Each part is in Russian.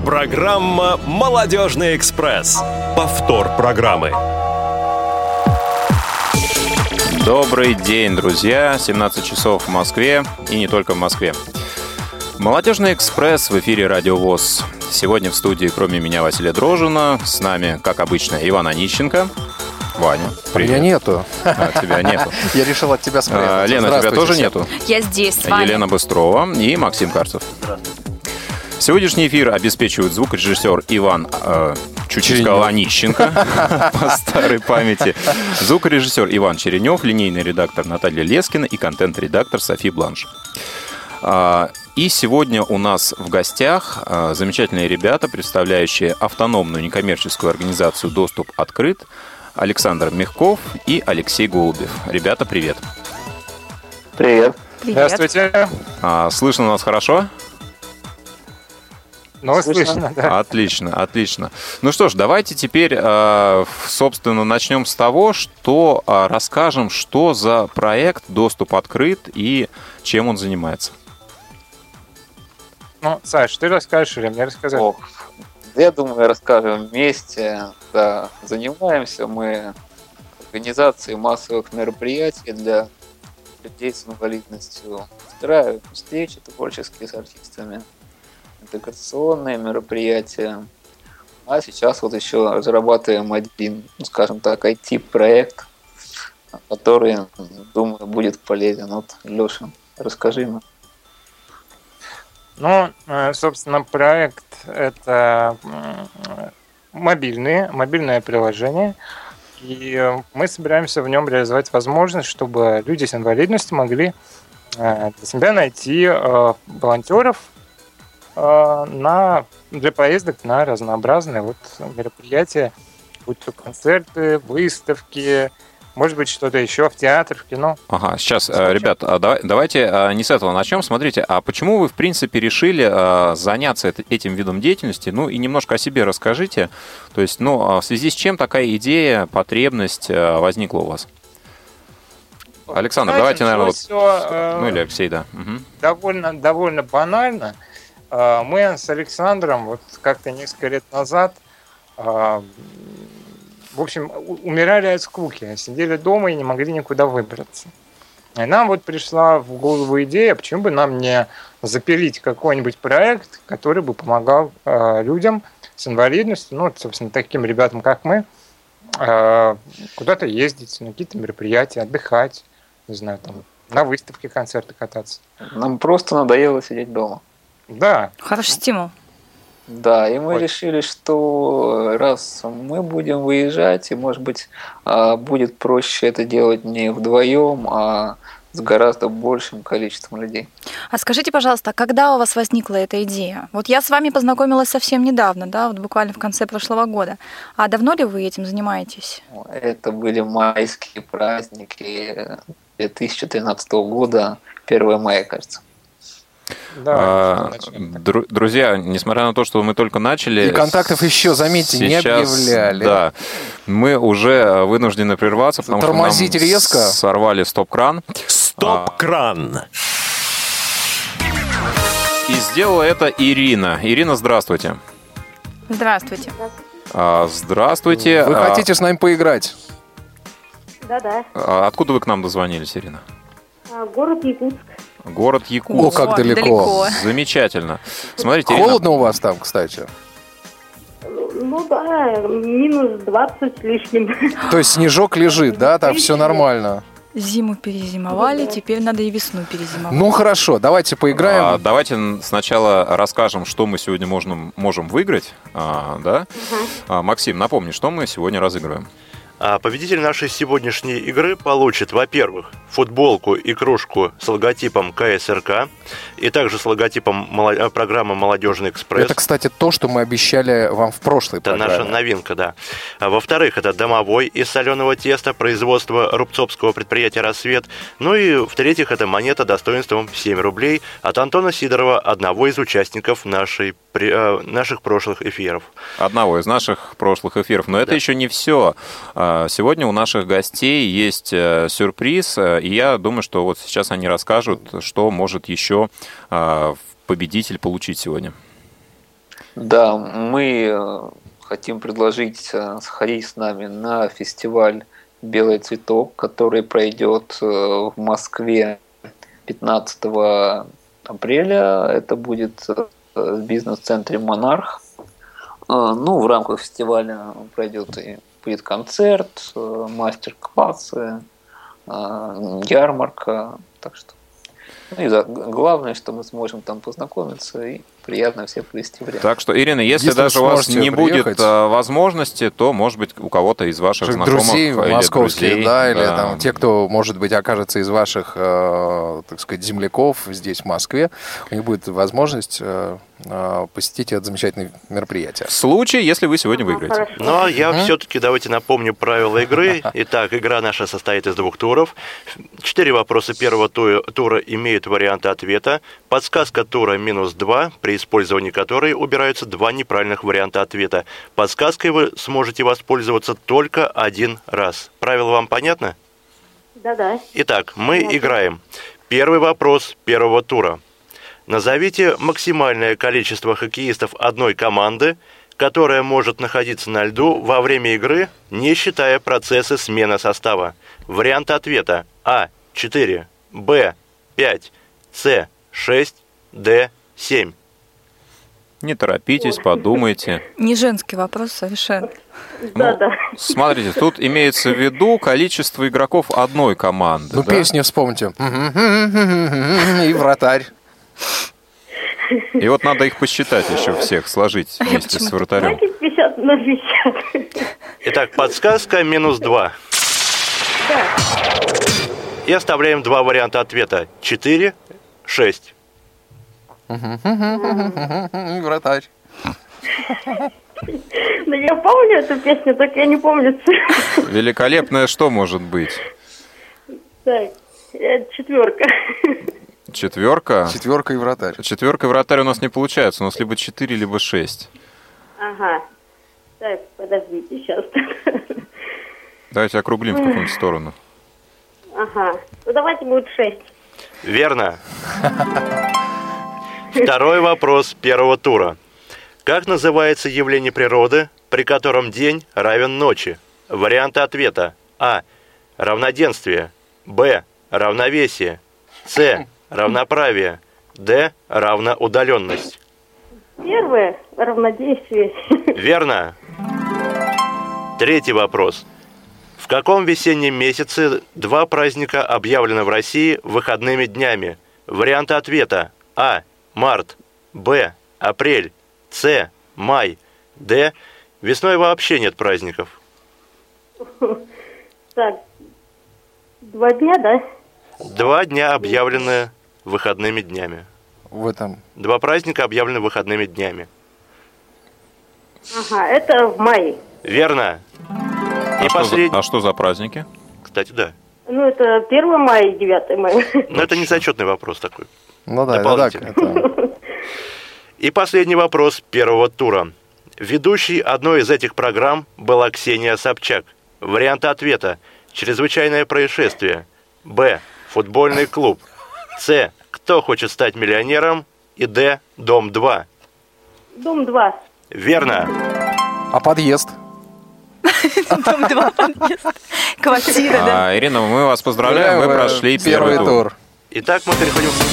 Программа «Молодежный экспресс». Повтор программы. Добрый день, друзья. 17 часов в Москве и не только в Москве. «Молодежный экспресс» в эфире «Радио ВОС». Сегодня в студии, кроме меня, Василия Дрожжина, с нами, как обычно, Иван Онищенко. Ваня, привет. Меня нету. Тебя нету. Я решил от тебя спрятаться. Лена, тебя тоже нету? Я здесь, с вами. Елена Быстрова и Максим Карцев. Сегодняшний эфир обеспечивают звукорежиссер Иван, чуть не сказал, Онищенко, по старой памяти, звукорежиссер Иван Черенев, линейный редактор Наталья Лескина и контент-редактор Софи Бланш. И сегодня у нас в гостях замечательные ребята, представляющие автономную некоммерческую организацию «Доступ открыт», Александр Мягков и Алексей Голубев. Ребята, привет. Привет. Здравствуйте. Слышно нас хорошо? Ну, слышно, да. Отлично, отлично. Ну что ж, давайте теперь, собственно, начнем с того, что расскажем, что за проект «Доступ открыт» и чем он занимается. Ну, Саш, ты расскажешь или мне рассказать? Я думаю, расскажем вместе. Да, занимаемся мы организацией массовых мероприятий для людей с инвалидностью. Устраиваем встречи творческие с артистами, интеграционные мероприятия. А сейчас вот еще разрабатываем один, скажем так, IT-проект, который, думаю, будет полезен. Вот, Леша, расскажи нам. Ну, собственно, проект – это мобильное приложение, и мы собираемся в нем реализовать возможность, чтобы люди с инвалидностью могли для себя найти волонтеров для поездок на разнообразные мероприятия, будь то концерты, выставки, может быть, что-то еще в театр, в кино. Ага, сейчас, ребят, давайте не с этого начнем. Смотрите, а почему вы, в принципе, решили заняться этим видом деятельности? Ну, и немножко о себе расскажите. То есть, в связи с чем такая идея, потребность возникла у вас? Александр, давайте, наверное, ну или Алексей, да. Угу. Довольно банально. Мы с Александром как-то несколько лет назад в общем, умирали от скуки, сидели дома и не могли никуда выбраться. И нам пришла в голову идея, почему бы нам не запилить какой-нибудь проект, который бы помогал людям с инвалидностью, собственно, таким ребятам, как мы, куда-то ездить, на какие-то мероприятия, отдыхать, не знаю, на выставке, концерты кататься. Нам просто надоело сидеть дома. Да. Хороший стимул. Да, и мы решили, что раз мы будем выезжать, и, может быть, будет проще это делать не вдвоем, а с гораздо большим количеством людей. А скажите, пожалуйста, когда у вас возникла эта идея? Я с вами познакомилась совсем недавно, да, буквально в конце прошлого года. А давно ли вы этим занимаетесь? Это были майские праздники 2013 года, 1 мая, кажется. Да, друзья, несмотря на то, что мы только начали... И контактов еще, заметьте, не объявляли. Да, мы уже вынуждены прерваться, потому тормозить что нам резко. Сорвали стоп-кран. Стоп-кран! И сделала это Ирина. Ирина, здравствуйте. Здравствуйте. Здравствуйте. Вы хотите с нами поиграть? Да-да. Откуда вы к нам дозвонились, Ирина? Город Якутск. Город Якутск. О, как далеко. Замечательно. Смотрите, холодно у вас там, кстати? Ну да, минус 20 с лишним. То есть снежок лежит, да? Там все нормально. Зиму перезимовали, теперь надо и весну перезимовать. Ну хорошо, давайте поиграем. Давайте сначала расскажем, что мы сегодня можем выиграть. Да? Максим, напомни, что мы сегодня разыгрываем. Победитель нашей сегодняшней игры получит, во-первых, футболку и кружку с логотипом КСРК и также с логотипом программы «Молодежный экспресс». Это, кстати, то, что мы обещали вам в прошлой программе. Это наша новинка, да. Во-вторых, это домовой из соленого теста производства рубцовского предприятия «Рассвет». Ну и, в-третьих, это монета достоинством 7 рублей от Антона Сидорова, одного из участников наших прошлых эфиров. Одного из наших прошлых эфиров. Но это еще не все. Сегодня у наших гостей есть сюрприз, и я думаю, что вот сейчас они расскажут, что может еще победитель получить сегодня. Да, мы хотим предложить сходить с нами на фестиваль «Белый цветок», который пройдет в Москве 15 апреля. Это будет в бизнес-центре «Монарх». Ну, в рамках фестиваля будет концерт, мастер-классы, ярмарка. Так что главное, что мы сможем там познакомиться и приятно всех провести время. Так что, Ирина, если даже у вас не будет возможности, то, может быть, у кого-то из ваших знакомых друзей или московских, друзей, или там те, кто, может быть, окажется из ваших, так сказать, земляков здесь, в Москве, у них будет возможность посетить это замечательное мероприятие. В случае, если вы сегодня выиграете. Но я все-таки давайте напомню правила игры. Итак, игра наша состоит из 2 туров. 4 вопроса первого тура имеют варианты ответа. Подсказка тура -2, при использовании которой убираются 2 неправильных варианта ответа. Подсказкой вы сможете воспользоваться только 1 раз. Правила вам понятно? Да-да. Итак, мы играем. Первый вопрос первого тура. Назовите максимальное количество хоккеистов одной команды, которая может находиться на льду во время игры, не считая процесса смены состава. Варианты ответа: А. 4, Б. 5, С. 6, Д. 7. Не торопитесь, подумайте. Не женский вопрос совершенно. Да-да. Смотрите, тут имеется в виду количество игроков одной команды. Ну, да? песню вспомните. И вратарь. И вот надо их посчитать еще всех, сложить вместе с вратарем. 50 на 50. Итак, подсказка -2. Да. И оставляем 2 варианта ответа: 4, 6. Вратарь. Да я помню эту песню, только я не помню цифру. Великолепное что может быть? Так, 4. 4. 4 и вратарь. 4 и вратарь у нас не получается. У нас либо 4, либо 6. Ага. Так, подождите, сейчас. Давайте округлим в какую-нибудь сторону. Ага. Ну давайте будет 6. Верно. Второй вопрос первого тура. Как называется явление природы, при котором день равен ночи? Варианты ответа: А. Равноденствие. Б. Равновесие. С. Равноправие. Д. Равноудаленность. Первое – равнодействие. Верно. Третий вопрос. В каком весеннем месяце 2 праздника объявлены в России выходными днями? Варианты ответа: А. Март. Б. Апрель. С. Май. Д. Весной вообще нет праздников. Так, 2 дня, да? 2 дня объявлены выходными днями. В этом. 2 праздника объявлены выходными днями. Ага, это в мае. Верно. И последний. А что за праздники? Кстати, да. Ну, это 1 мая и 9 мая. Но это не зачетный вопрос такой. Ну да, это так. И последний вопрос первого тура. Ведущей одной из этих программ была Ксения Собчак. Варианты ответа: чрезвычайное происшествие. Б. Футбольный клуб. С. Кто хочет стать миллионером? И Д. Дом 2. Дом 2. Верно. А подъезд? Дом 2, подъезд. Квартира, да. Ирина, мы вас поздравляем, вы прошли первый тур. Итак, мы переходим к...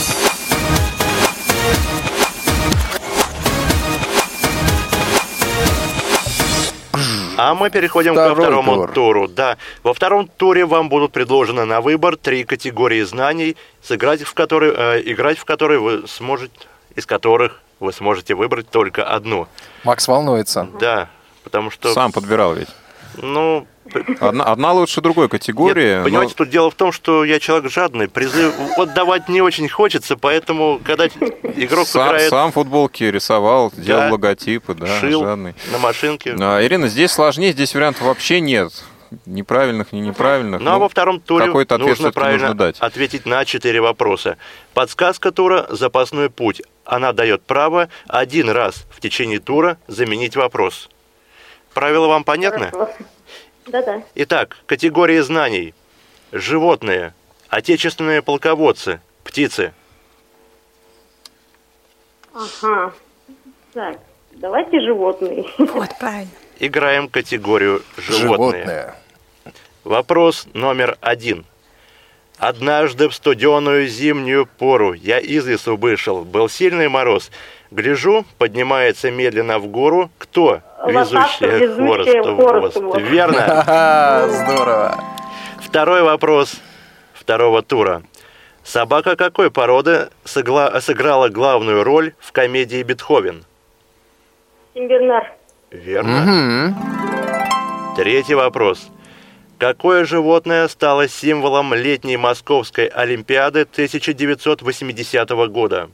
А мы переходим ко второму туру. Да, во втором туре вам будут предложены на выбор 3 категории знаний, играть в которые вы сможете, из которых вы сможете выбрать только одну. Макс волнуется. Да, потому что... Сам подбирал ведь. Ну... Одна лучше другой категории. Нет, понимаете, тут дело в том, что я человек жадный, призы отдавать не очень хочется, поэтому, когда игрок играет... Сам футболки рисовал, делал логотипы, да, шил жадный. На машинке. Ирина, здесь сложнее, здесь вариантов вообще нет. Неправильных, не неправильных. Ну, а во втором туре нужно правильно дать. ответить на 4 вопроса. Подсказка тура «Запасной путь». Она дает право 1 раз в течение тура заменить вопрос. Правила вам понятны? Да-да. Итак, категории знаний. Животные, отечественные полководцы, птицы. Ага. Так, давайте животные. Вот, правильно. Играем категорию «Животные». Вопрос номер 1. Однажды в студеную зимнюю пору я из лесу вышел, был сильный мороз. Гляжу, поднимается медленно в гору. Кто? Везущая хворост. Верно. Здорово. Второй вопрос второго тура. Собака какой породы сыграла главную роль в комедии «Бетховен»? Симбернар. Верно. Третий вопрос. Какое животное стало символом летней Московской Олимпиады 1980 года?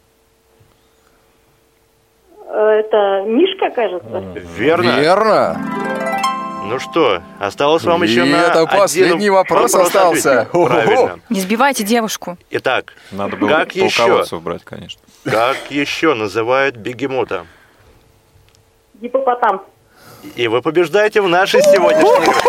Это Мишка, кажется. Верно. Верно. Ну что, осталось вам еще И на это один последний вопрос остался. ответить. Правильно. Не сбивайте девушку. Итак, Надо было как еще, полководцев брать, конечно. как еще называют бегемота? Гиппопотам. И вы побеждаете в нашей сегодняшней игре.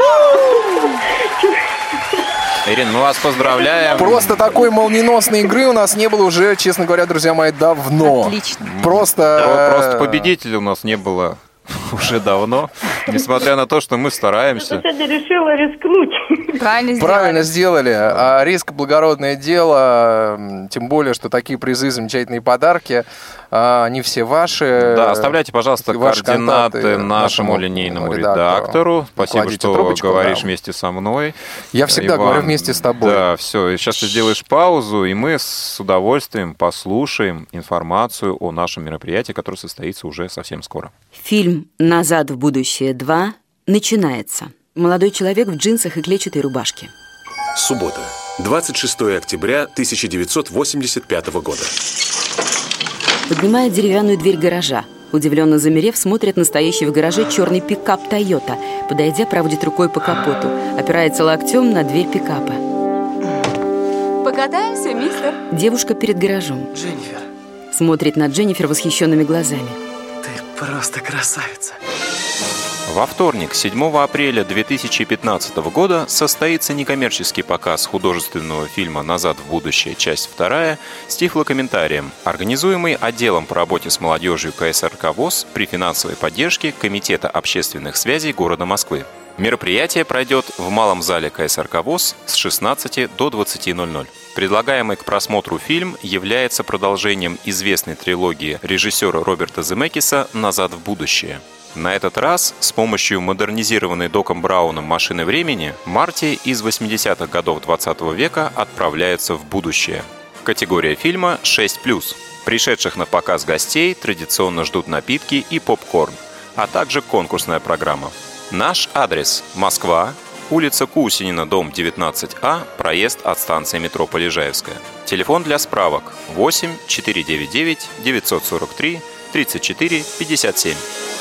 Ирина, мы вас поздравляем. Просто такой молниеносной игры у нас не было уже, честно говоря, друзья мои, давно. Отлично. Просто Победителя у нас не было уже давно, несмотря на то, что мы стараемся. Я сегодня решила рискнуть. Правильно сделали. Правильно сделали. А риск — благородное дело, тем более, что такие призы, замечательные подарки, они все ваши. Да, оставляйте, пожалуйста, Ваши координаты контакты нашему линейному редактору. Спасибо, Кладите что трубочку, говоришь да. вместе со мной. Я всегда Иван, говорю вместе с тобой. Да, все. Сейчас ты сделаешь паузу, и мы с удовольствием послушаем информацию о нашем мероприятии, которое состоится уже совсем скоро. Фильм «Назад в будущее 2» начинается. Молодой человек в джинсах и клетчатой рубашке. Суббота, 26 октября 1985 года. Поднимает деревянную дверь гаража. Удивленно замерев, смотрит на стоящий в гараже черный пикап «Тойота». Подойдя, проводит рукой по капоту. Опирается локтем на дверь пикапа. Покатаемся, мистер? Девушка перед гаражом. Дженнифер, Смотрит на Дженнифер восхищенными глазами. ты просто красавица. Во вторник, 7 апреля 2015 года, состоится некоммерческий показ художественного фильма «Назад в будущее. Часть 2» с тифлокомментарием, организуемый отделом по работе с молодежью КСРК ВОС при финансовой поддержке Комитета общественных связей города Москвы. Мероприятие пройдет в малом зале КСРК ВОС с 16 до 20:00. Предлагаемый к просмотру фильм является продолжением известной трилогии режиссера Роберта Земекиса «Назад в будущее». На этот раз с помощью модернизированной Доком Брауном машины времени Марти из 80-х годов 20 века отправляется в будущее. Категория фильма 6+. Пришедших на показ гостей традиционно ждут напитки и попкорн, а также конкурсная программа. Наш адрес – Москва, улица Кусинина, дом 19А, проезд от станции метро Полежаевская. Телефон для справок 8 499 943 34 57.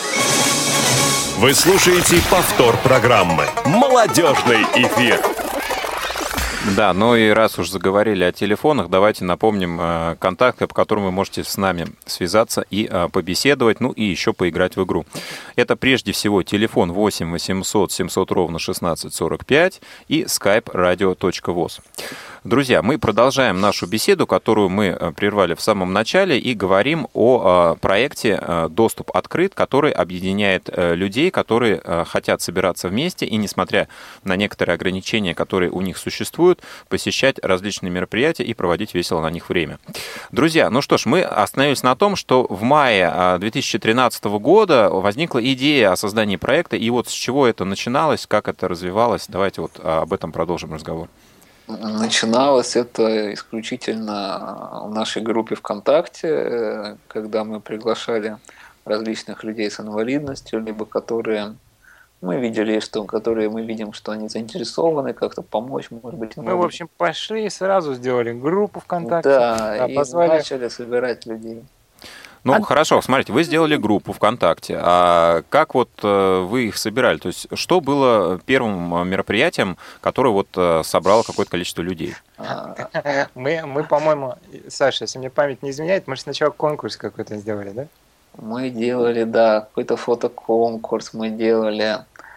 Вы слушаете повтор программы «Молодежный эфир». Да, ну и раз уж заговорили о телефонах, давайте напомним контакты, по которым вы можете с нами связаться и побеседовать, ну и еще поиграть в игру. Это прежде всего телефон 8 800 700 ровно 1645 и skype radio.voz. Друзья, мы продолжаем нашу беседу, которую мы прервали в самом начале, и говорим о проекте «Доступ открыт», который объединяет людей, которые хотят собираться вместе и, несмотря на некоторые ограничения, которые у них существуют, посещать различные мероприятия и проводить весело на них время. Друзья, ну что ж, мы остановились на том, что в мае 2013 года возникла идея о создании проекта, и вот с чего это начиналось, как это развивалось, давайте вот об этом продолжим разговор. Начиналось это исключительно в нашей группе ВКонтакте, когда мы приглашали различных людей с инвалидностью, либо которые мы видели, которые мы видим, что они заинтересованы как-то помочь, может быть. Мы, в общем, пошли и сразу сделали группу ВКонтакте. Да, и позвали. начали собирать людей. Ну, хорошо, смотрите, вы сделали группу ВКонтакте, а как вот вы их собирали? То есть, что было первым мероприятием, которое вот собрало какое-то количество людей? Мы, по-моему, Саша, если мне память не изменяет, мы же сначала конкурс какой-то сделали, да? Мы делали, да, какой-то фотоконкурс, мы делали,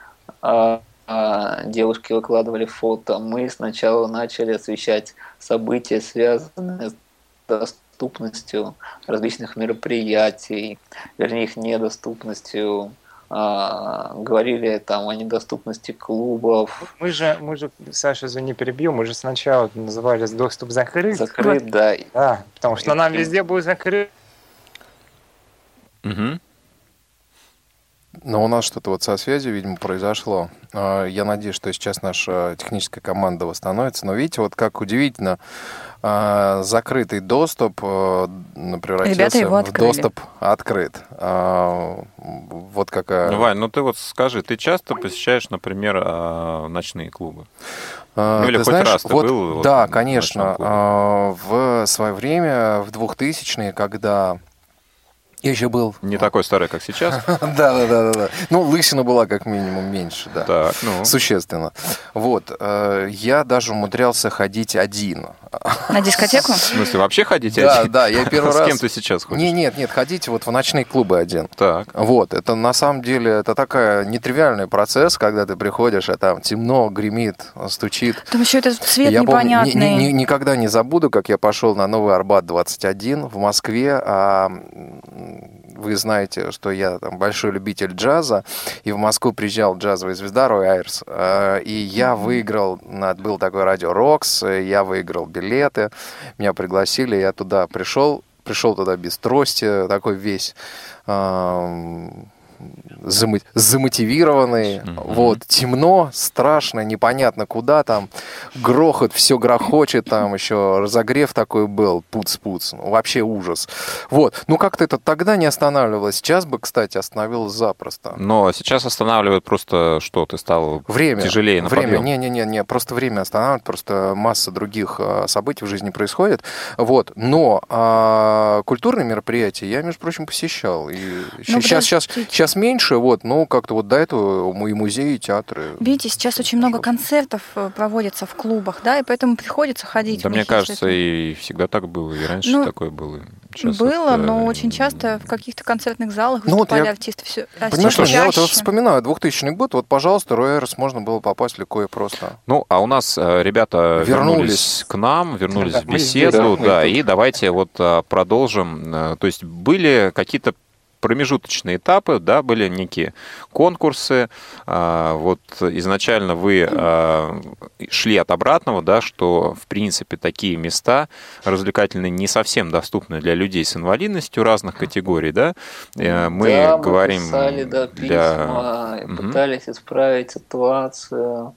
девушки выкладывали фото. Мы сначала начали освещать события, связанные с доступностью различных мероприятий, вернее, их недоступностью. Говорили там о недоступности клубов. Мы же, Саша, извини, перебью, мы же сначала называли доступ закрыт. Закрыт, да. Да, потому что нам везде был закрыт. Угу. Но у нас что-то вот со связью, видимо, произошло. Я надеюсь, что сейчас наша техническая команда восстановится. Но видите, вот как удивительно, закрытый доступ превратился в доступ открыт. Вот какая... Ну, Вань, ну ты вот скажи, ты часто посещаешь, например, ночные клубы? Ну, или ты хоть знаешь, раз ты вот, был? Да, вот, конечно. В свое время, в 2000-е, когда... Я еще был... Не такой старый, как сейчас? Да. Ну, лысина была как минимум меньше, да. Так, ну. Существенно. Вот. Я даже умудрялся ходить один. На дискотеку? В смысле, вообще ходить один? Да, я первый раз... С кем ты сейчас ходишь? Нет, ходить вот в ночные клубы один. Так. Вот. Это на самом деле, это такой нетривиальный процесс, когда ты приходишь, а там темно, гремит, стучит. Там еще этот цвет я непонятный. Помню, никогда не забуду, как я пошел на Новый Арбат 21 в Москве, вы знаете, что я там большой любитель джаза, и в Москву приезжал джазовый звезда Рой Айрс, и я выиграл, был такой радио Рокс, я выиграл билеты, меня пригласили, я туда пришел туда без трости, такой весь замотивированный, вот, темно, страшно, непонятно куда там, грохот, все грохочет, там еще разогрев такой был, пуц-пуц, вообще ужас. Вот, ну как-то это тогда не останавливалось, сейчас бы, кстати, остановилось запросто. Но сейчас останавливает просто что? Ты стал тяжелее на подъем? Не, просто время останавливает, просто масса других событий в жизни происходит, вот, но культурные мероприятия я, между прочим, посещал, и сейчас меньше, вот, но как-то вот до этого и музеи, и театры. Видите, сейчас очень много концертов проводится в клубах, да, и поэтому приходится ходить. Да, мне кажется, и всегда так было, и раньше такое было. Было, но очень часто в каких-то концертных залах выступали артисты. Понимаешь, я вот вспоминаю 2000 год, вот, пожалуйста, Рой Айрс можно было попасть легко и просто. Ну, а у нас ребята вернулись к нам, вернулись в беседу, да, и давайте вот продолжим. То есть были какие-то промежуточные этапы, да, были некие конкурсы. Вот изначально вы шли от обратного, да, что, в принципе, такие места развлекательные не совсем доступны для людей с инвалидностью разных категорий, да. Мы говорим... писали, письма, пытались исправить ситуацию,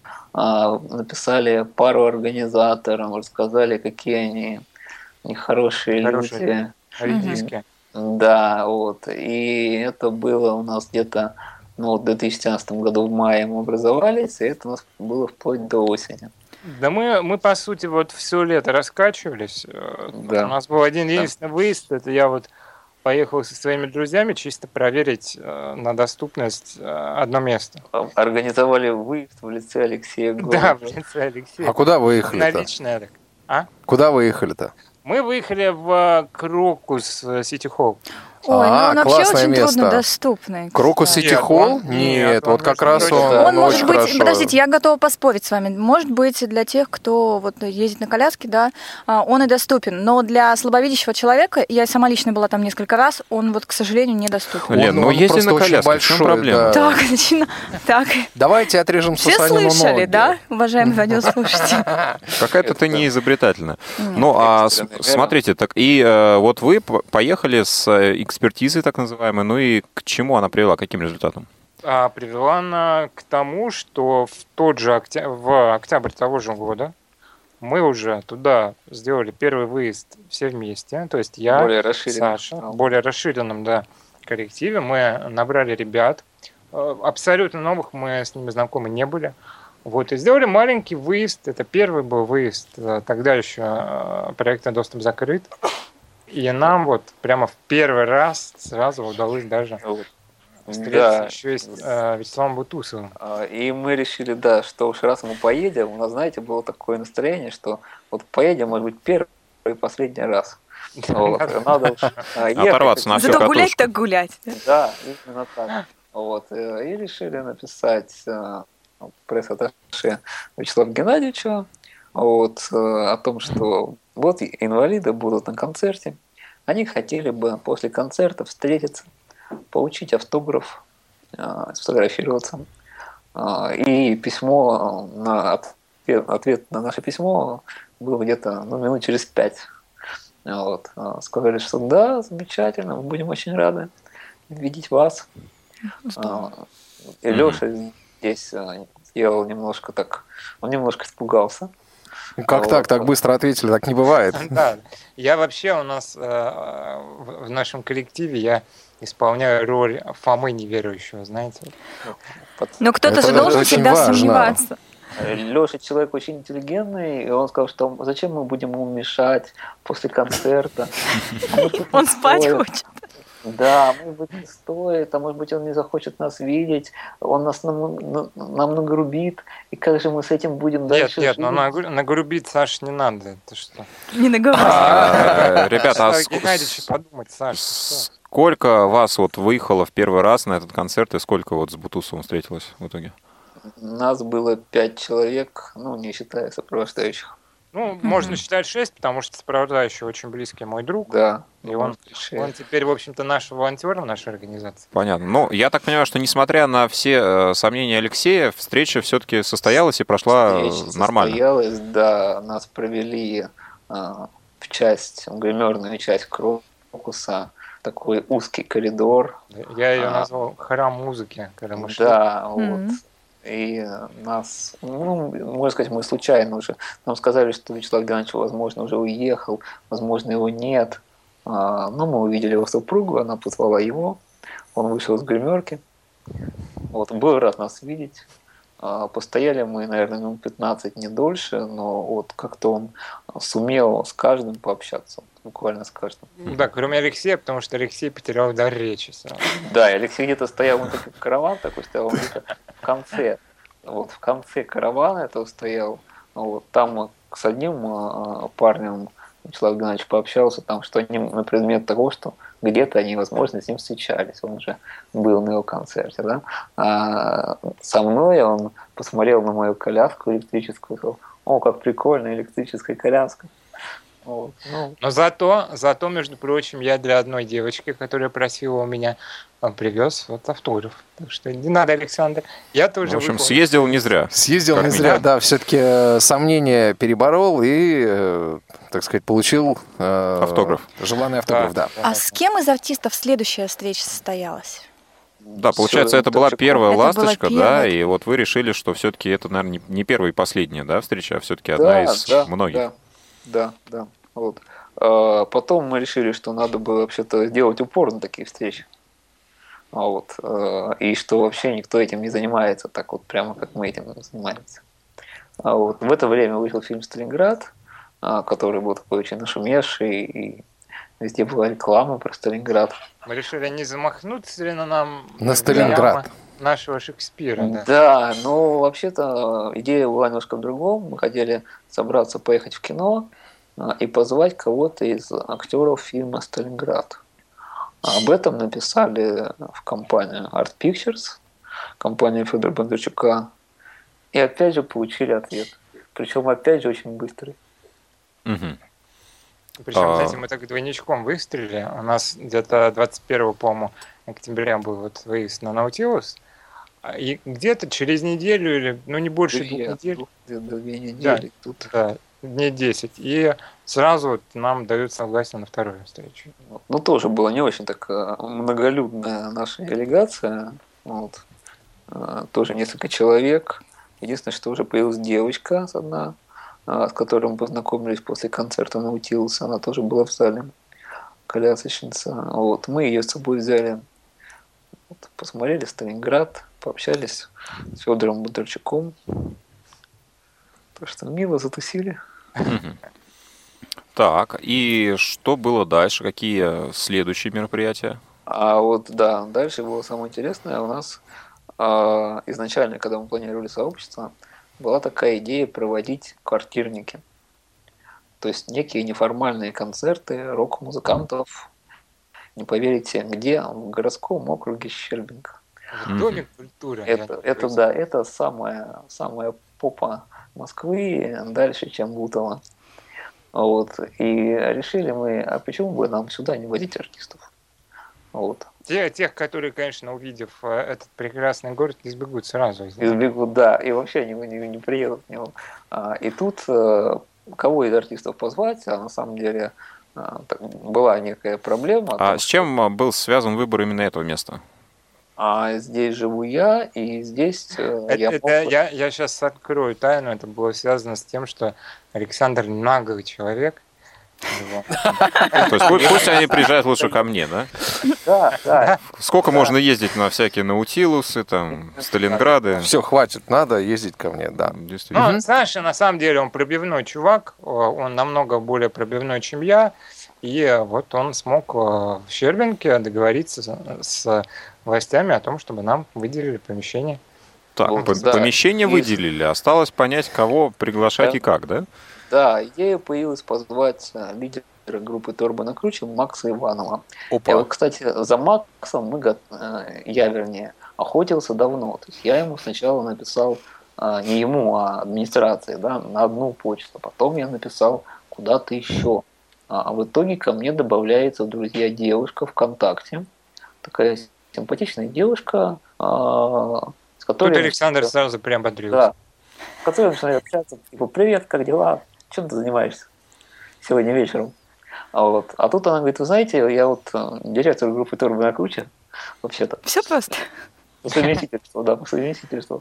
написали пару организаторам, рассказали, какие они нехорошие люди. Редиски. Да, вот. И это было у нас где-то, в 2017 году в мае мы образовались, и это у нас было вплоть до осени. Да мы по сути, вот все лето раскачивались. Да. У нас был один единственный выезд, это я вот поехал со своими друзьями чисто проверить на доступность одно место. Организовали выезд в лице Алексея Голубева. Да, в лице Алексея. А куда вы ехали-то? Наличное. А? Куда вы ехали-то? Мы выехали в Крокус Сити Холл. Ой, ну он вообще очень место. труднодоступный. Крокус Сити Холл? Нет, вот как раз он может очень быть, хорошо. Подождите, я готова поспорить с вами. Может быть, для тех, кто вот ездит на коляске, да, он и доступен. Но для слабовидящего человека, я сама лично была там несколько раз, он вот, к сожалению, недоступен. Лен, ну если на коляске, в чем проблема? Да. Так. Давайте отрежем Сусанину ноги. Все слышали, да, уважаемые радиослушатели? Какая-то ты неизобретательна. Ну, а смотрите, так и вот вы поехали с экспертизой, так называемой, ну и к чему она привела, к каким результатам? Привела она к тому, что в октябре того же года мы уже туда сделали первый выезд все вместе, то есть я, Саша, в более расширенном коллективе, мы набрали ребят, абсолютно новых, мы с ними знакомы не были, вот, и сделали маленький выезд, это первый был выезд, тогда еще проект «Доступ закрыт», и нам вот прямо в первый раз сразу удалось даже встретиться еще и с Вячеславом Бутусовым. И мы решили, что уж раз мы поедем, у нас, знаете, было такое настроение, что вот поедем, может быть, первый и последний раз. Надо уж оторваться на всю катушку. Зато гулять так гулять. Да, именно так. Вот. И решили написать пресс-атташе Вячеславу Геннадьевичу, вот, о том, что вот инвалиды будут на концерте. Они хотели бы после концерта встретиться, получить автограф, сфотографироваться. И письмо ответ на наше письмо был где-то минут через 5. Вот. Сказали, что да, замечательно, мы будем очень рады видеть вас. И Леша здесь сделал немножко так, он немножко испугался. Как так? Так быстро ответили, так не бывает. Да, я вообще у нас в нашем коллективе я исполняю роль Фомы неверующего, знаете. Но кто-то же должен всегда сомневаться. Леша человек очень интеллигентный, и он сказал, что зачем мы будем ему мешать после концерта. Он спать хочет. Да, может быть, не стоит, а может быть, он не захочет нас видеть, он нас нам нагрубит, и как же мы с этим будем дальше жить? Нет, но нагрубить, Саш, не надо, ты что? Не наговаривай. Ребята, Геннадьевич, подумать, Саш, сколько вас вот выехало в первый раз на этот концерт, и сколько вот с Бутусовым встретилось в итоге? Нас было 5 человек, не считая сопровождающих. Можно считать 6, потому что сопровождающий очень близкий мой друг. Да. И он теперь, в общем-то, наш волонтер в нашей организации. Понятно. Ну, я так понимаю, что несмотря на все сомнения Алексея, встреча все-таки состоялась и прошла нормально. Состоялась, да. Нас провели в гримерную часть Крокуса, такой узкий коридор. Я ее назвал храм музыки Карамышли. Да, вот. И нас, можно сказать, мы случайно уже. Нам сказали, что Вячеслав Геннадьевич, возможно, уже уехал, возможно, его нет. Но мы увидели его супругу, она позвала его. Он вышел из гримерки. Вот, был рад нас видеть. Постояли мы, наверное, минут 15, не дольше, но вот как-то он сумел с каждым пообщаться, буквально с каждым. Да, кроме Алексея, потому что Алексей потерял дар речи сразу. Да, и Алексей где-то стоял, караван такой стоял, он где-то в конце каравана этого стоял. Вот, там с одним парнем Вячеслав Геннадьевич пообщался, там, что они на предмет того, что где-то они, возможно, с ним встречались. Он уже был на его концерте. Да? А со мной он посмотрел на мою коляску электрическую и сказал: «О, как прикольно, электрическая коляска». Вот. Но зато, между прочим, я для одной девочки, которая просила у меня, привез вот автограф. Так что не надо, Александр. Я тоже. В общем, съездил не зря. Съездил не зря, да. Все-таки сомнения переборол и, так сказать, получил автограф. Желанный автограф, да. А с кем из артистов следующая встреча состоялась? Да, получается, это была первая «Ласточка», да, и вот вы решили, что все-таки это, наверное, не первая и последняя, да, встреча, а все-таки одна из многих. Да. Вот. Потом мы решили, что надо бы вообще-то сделать упор на такие встречи. Вот. И что вообще никто этим не занимается, так вот прямо как мы этим занимаемся. Вот. В это время вышел фильм «Сталинград», который был такой очень нашумевший, и везде была реклама про Сталинград. Мы решили, не замахнуться ли нам на Сталинград нашего Шекспира. Да, но вообще-то идея была немножко в другом. Мы хотели собраться поехать в кино и позвать кого-то из актеров фильма «Сталинград». Об этом написали в компанию Art Pictures, компания Федора Бондарчука, и опять же получили ответ. Причем опять же очень быстрый. Причем, кстати, мы так двойничком выстрелили. У нас где-то 21, по-моему, октября был вот выезд на Наутилус. И где-то через неделю или, не больше 2 недель. 2 недели тут. Да, дней 10. И сразу вот нам дают согласие на вторую встречу. Тоже была не очень так многолюдная наша делегация. Вот. Тоже несколько человек. Единственное, что уже появилась девочка одна, с которой мы познакомились после концерта Наутилуса. Она тоже была в зале. Колясочница. Вот. Мы ее с собой взяли. Вот. Посмотрели Сталинград, пообщались с Федором Бондарчуком. Так что мило затусили. Так, и что было дальше? Какие следующие мероприятия? Дальше было самое интересное. У нас изначально, когда мы планировали сообщество, была такая идея проводить квартирники. То есть некие неформальные концерты рок-музыкантов. Не поверите, где? В городском округе Щербинка. Домик культуры. Это самая попа Москвы, дальше, чем Бутово. Вот. И решили мы, а почему бы нам сюда не возить артистов? Вот. Тех, которые, конечно, увидев этот прекрасный город, избегут сразу. Избегут, да, и вообще не приедут к нему. И тут кого из артистов позвать, а на самом деле была некая проблема. А с чем был связан выбор именно этого места? А здесь живу я, и здесь я сейчас открою тайну. Это было связано с тем, что Александр наглый человек. То есть пусть они приезжают лучше ко мне, да? Да. Сколько можно ездить на всякие Наутилусы, там, Сталинграды? Все, хватит, надо ездить ко мне, да. Ну, знаешь, на самом деле он пробивной чувак, он намного более пробивной, чем я. И вот он смог в Щербинке договориться с властями о том, чтобы нам выделили помещение. Так, помещение выделили, осталось понять, кого приглашать и как, да? Да, идея появилась позвать лидера группы Торба Накручен Макса Иванова. Опа. И вот, кстати, за Максом я охотился давно. То есть я ему сначала написал, не ему, а администрации, да, на одну почту. Потом я написал куда-то еще. А в итоге ко мне добавляется в друзья девушка ВКонтакте. Такая симпатичная девушка, с которой... Тут Александр сразу приободрился. Да. С которой начинаю общаться. Типа, привет, как дела? Чем ты занимаешься сегодня вечером? А тут она говорит, вы знаете, я вот директор группы Торба Накручен, вообще-то. Все просто. По совместительству.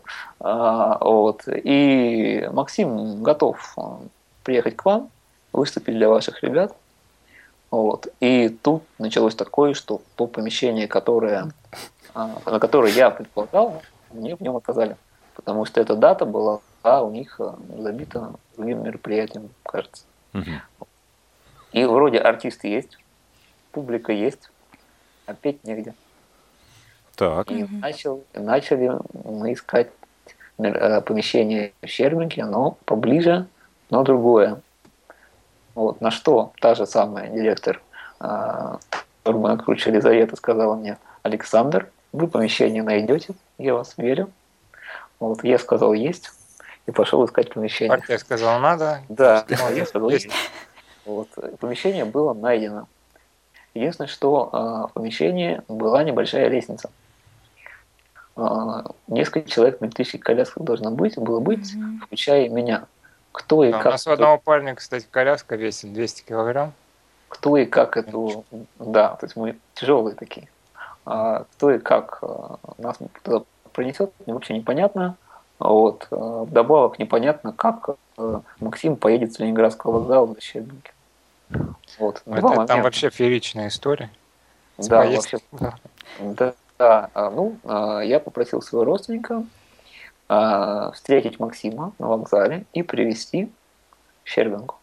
И Максим готов приехать к вам, выступить для ваших ребят. И тут началось такое, что то помещение, на которое я предполагал, мне в нем отказали. Потому что эта дата была у них забита другим мероприятием, кажется. И вроде артисты есть, публика есть, а петь негде. Так. И начали мы искать помещение в Щербинке, но поближе, но другое. На что та же самая директор Торба Накручен Елизавета сказала мне: Александр, вы помещение найдете, я вас верю. Я сказал есть и пошел искать помещение. Партия сказала надо. Да, я сказал есть. Помещение было найдено. Единственное, что в помещении была небольшая лестница. Несколько человек на электрических колясках должно было быть, включая меня. Кто и как. У нас у одного парня, кстати, коляска весит 200 килограмм. Кто и как эту... Да, то есть мы тяжелые такие. Кто и как нас туда пронесет, мне вообще непонятно. Вдобавок непонятно, как Максим поедет с Ленинградского вокзала до Щербинки. Там вообще фееричная история. Да, вообще. Да. Я попросил своего родственника встретить Максима на вокзале и привезти в Щербинку.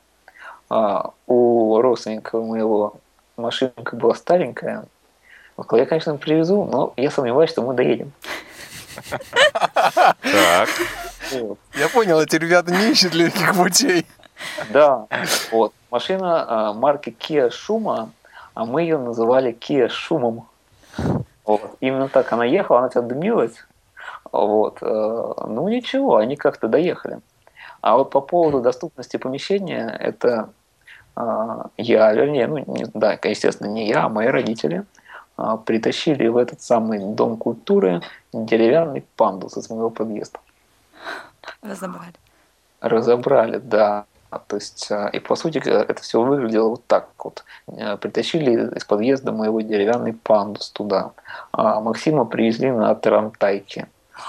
У родственника моего машинка была старенькая. Я, конечно, привезу, но я сомневаюсь, что мы доедем. Так. Я понял, эти ребята не ищут легких путей. Да, машина марки Kia Шума, а мы ее называли Kia Шумом. Именно так она ехала, она вся дымилась. Ну ничего, они как-то доехали. А по поводу доступности помещения, это естественно, не я, а мои родители притащили в этот самый Дом культуры деревянный пандус из моего подъезда. Разобрали, да. То есть, и по сути, это все выглядело вот так вот. Притащили из подъезда моего деревянный пандус туда. Максима привезли на Тарантайке.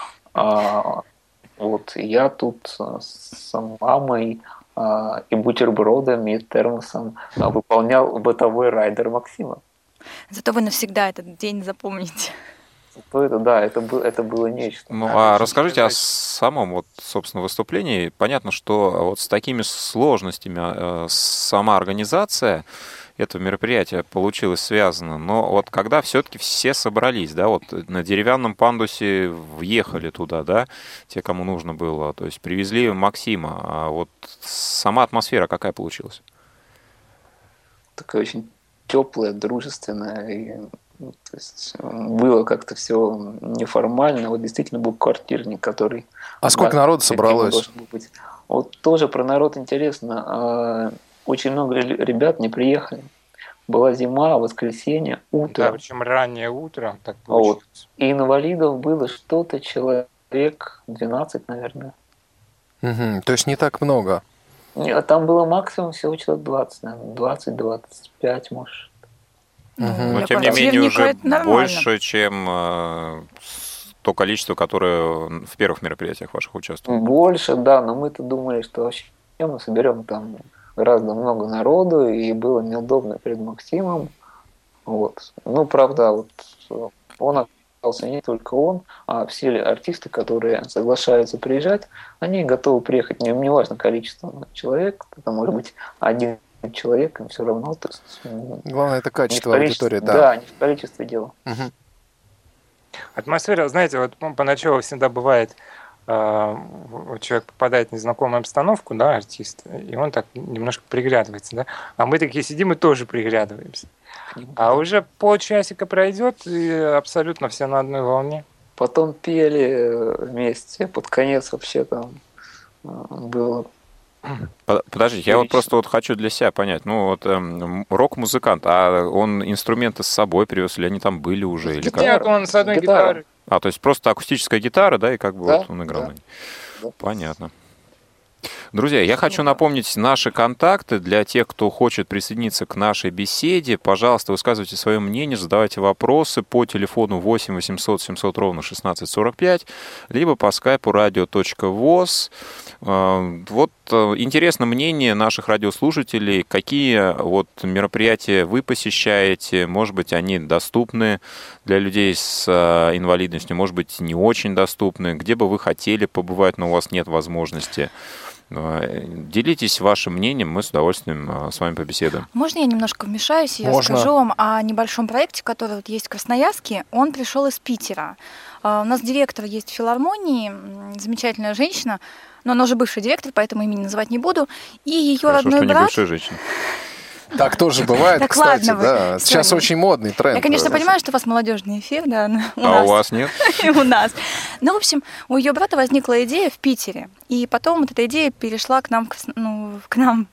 Я тут с мамой и бутербродами, и термосом выполнял бытовой райдер Максима. Зато вы навсегда этот день запомните. Это было нечто. Расскажите о самом, собственно, выступлении. Понятно, что с такими сложностями сама организация этого мероприятия получилась связана, но когда все-таки все собрались, да, на деревянном пандусе въехали туда, да, те, кому нужно было, то есть привезли Максима, а сама атмосфера какая получилась? Такая очень теплая, дружественная, и То есть было как-то все неформально. Вот действительно был квартирник, который... А сколько народу собралось? Вот тоже про народ интересно. Очень много ребят не приехали. Была зима, воскресенье, утро. Да, причем раннее утро. Так получилось. Вот. И инвалидов было что-то человек 12, наверное. Угу, то есть не так много. Там было максимум всего человек 20, наверное. 20-25, может. Но тем не менее уже больше, чем то количество, которое в первых мероприятиях ваших участвовало. Больше, да, но мы-то думали, что вообще мы соберем там гораздо много народу, и было неудобно перед Максимом. Вот. Ну, правда, вот он остался, не только он, а все артисты, которые соглашаются приезжать, они готовы приехать. Не важно количество человек, это может быть один человек, им все равно. То есть, главное, это качество аудитории, да. Да, не в количестве дела. Угу. Атмосфера, знаете, вот поначалу всегда бывает, человек попадает в незнакомую обстановку, да, артист, и он так немножко приглядывается, да, а мы такие сидим и тоже приглядываемся. А уже полчасика пройдет, и абсолютно все на одной волне. Потом пели вместе, под конец вообще там было... Подождите, я вот просто хочу для себя понять. Ну вот рок-музыкант, а он инструменты с собой привез, или они там были уже? Или как? Нет, он с одной гитарой. А, то есть просто акустическая гитара, да, и как бы да, вот он играл. Да. Понятно. Друзья, я хочу напомнить наши контакты для тех, кто хочет присоединиться к нашей беседе. Пожалуйста, высказывайте свое мнение, задавайте вопросы по телефону 8 800 700 ровно 1645, либо по скайпу radio.voz. Вот интересно мнение наших радиослушателей, какие вот мероприятия вы посещаете, может быть, они доступны для людей с инвалидностью, может быть, не очень доступны, где бы вы хотели побывать, но у вас нет возможности. Делитесь вашим мнением, мы с удовольствием с вами побеседуем. Можно я немножко вмешаюсь? Я расскажу вам о небольшом проекте, который вот есть в Красноярске. Он пришел из Питера. У нас директор есть в филармонии, замечательная женщина, но она уже бывший директор, поэтому имени называть не буду. И ее родной брат... Не бывшая женщина. Так тоже бывает, так, кстати, ладно, да. Сейчас очень модный тренд. Я, конечно, понимаю, что у вас молодежный эфир, да. У вас нет? У нас. Ну, в общем, у ее брата возникла идея в Питере. И потом вот эта идея перешла к нам, к ним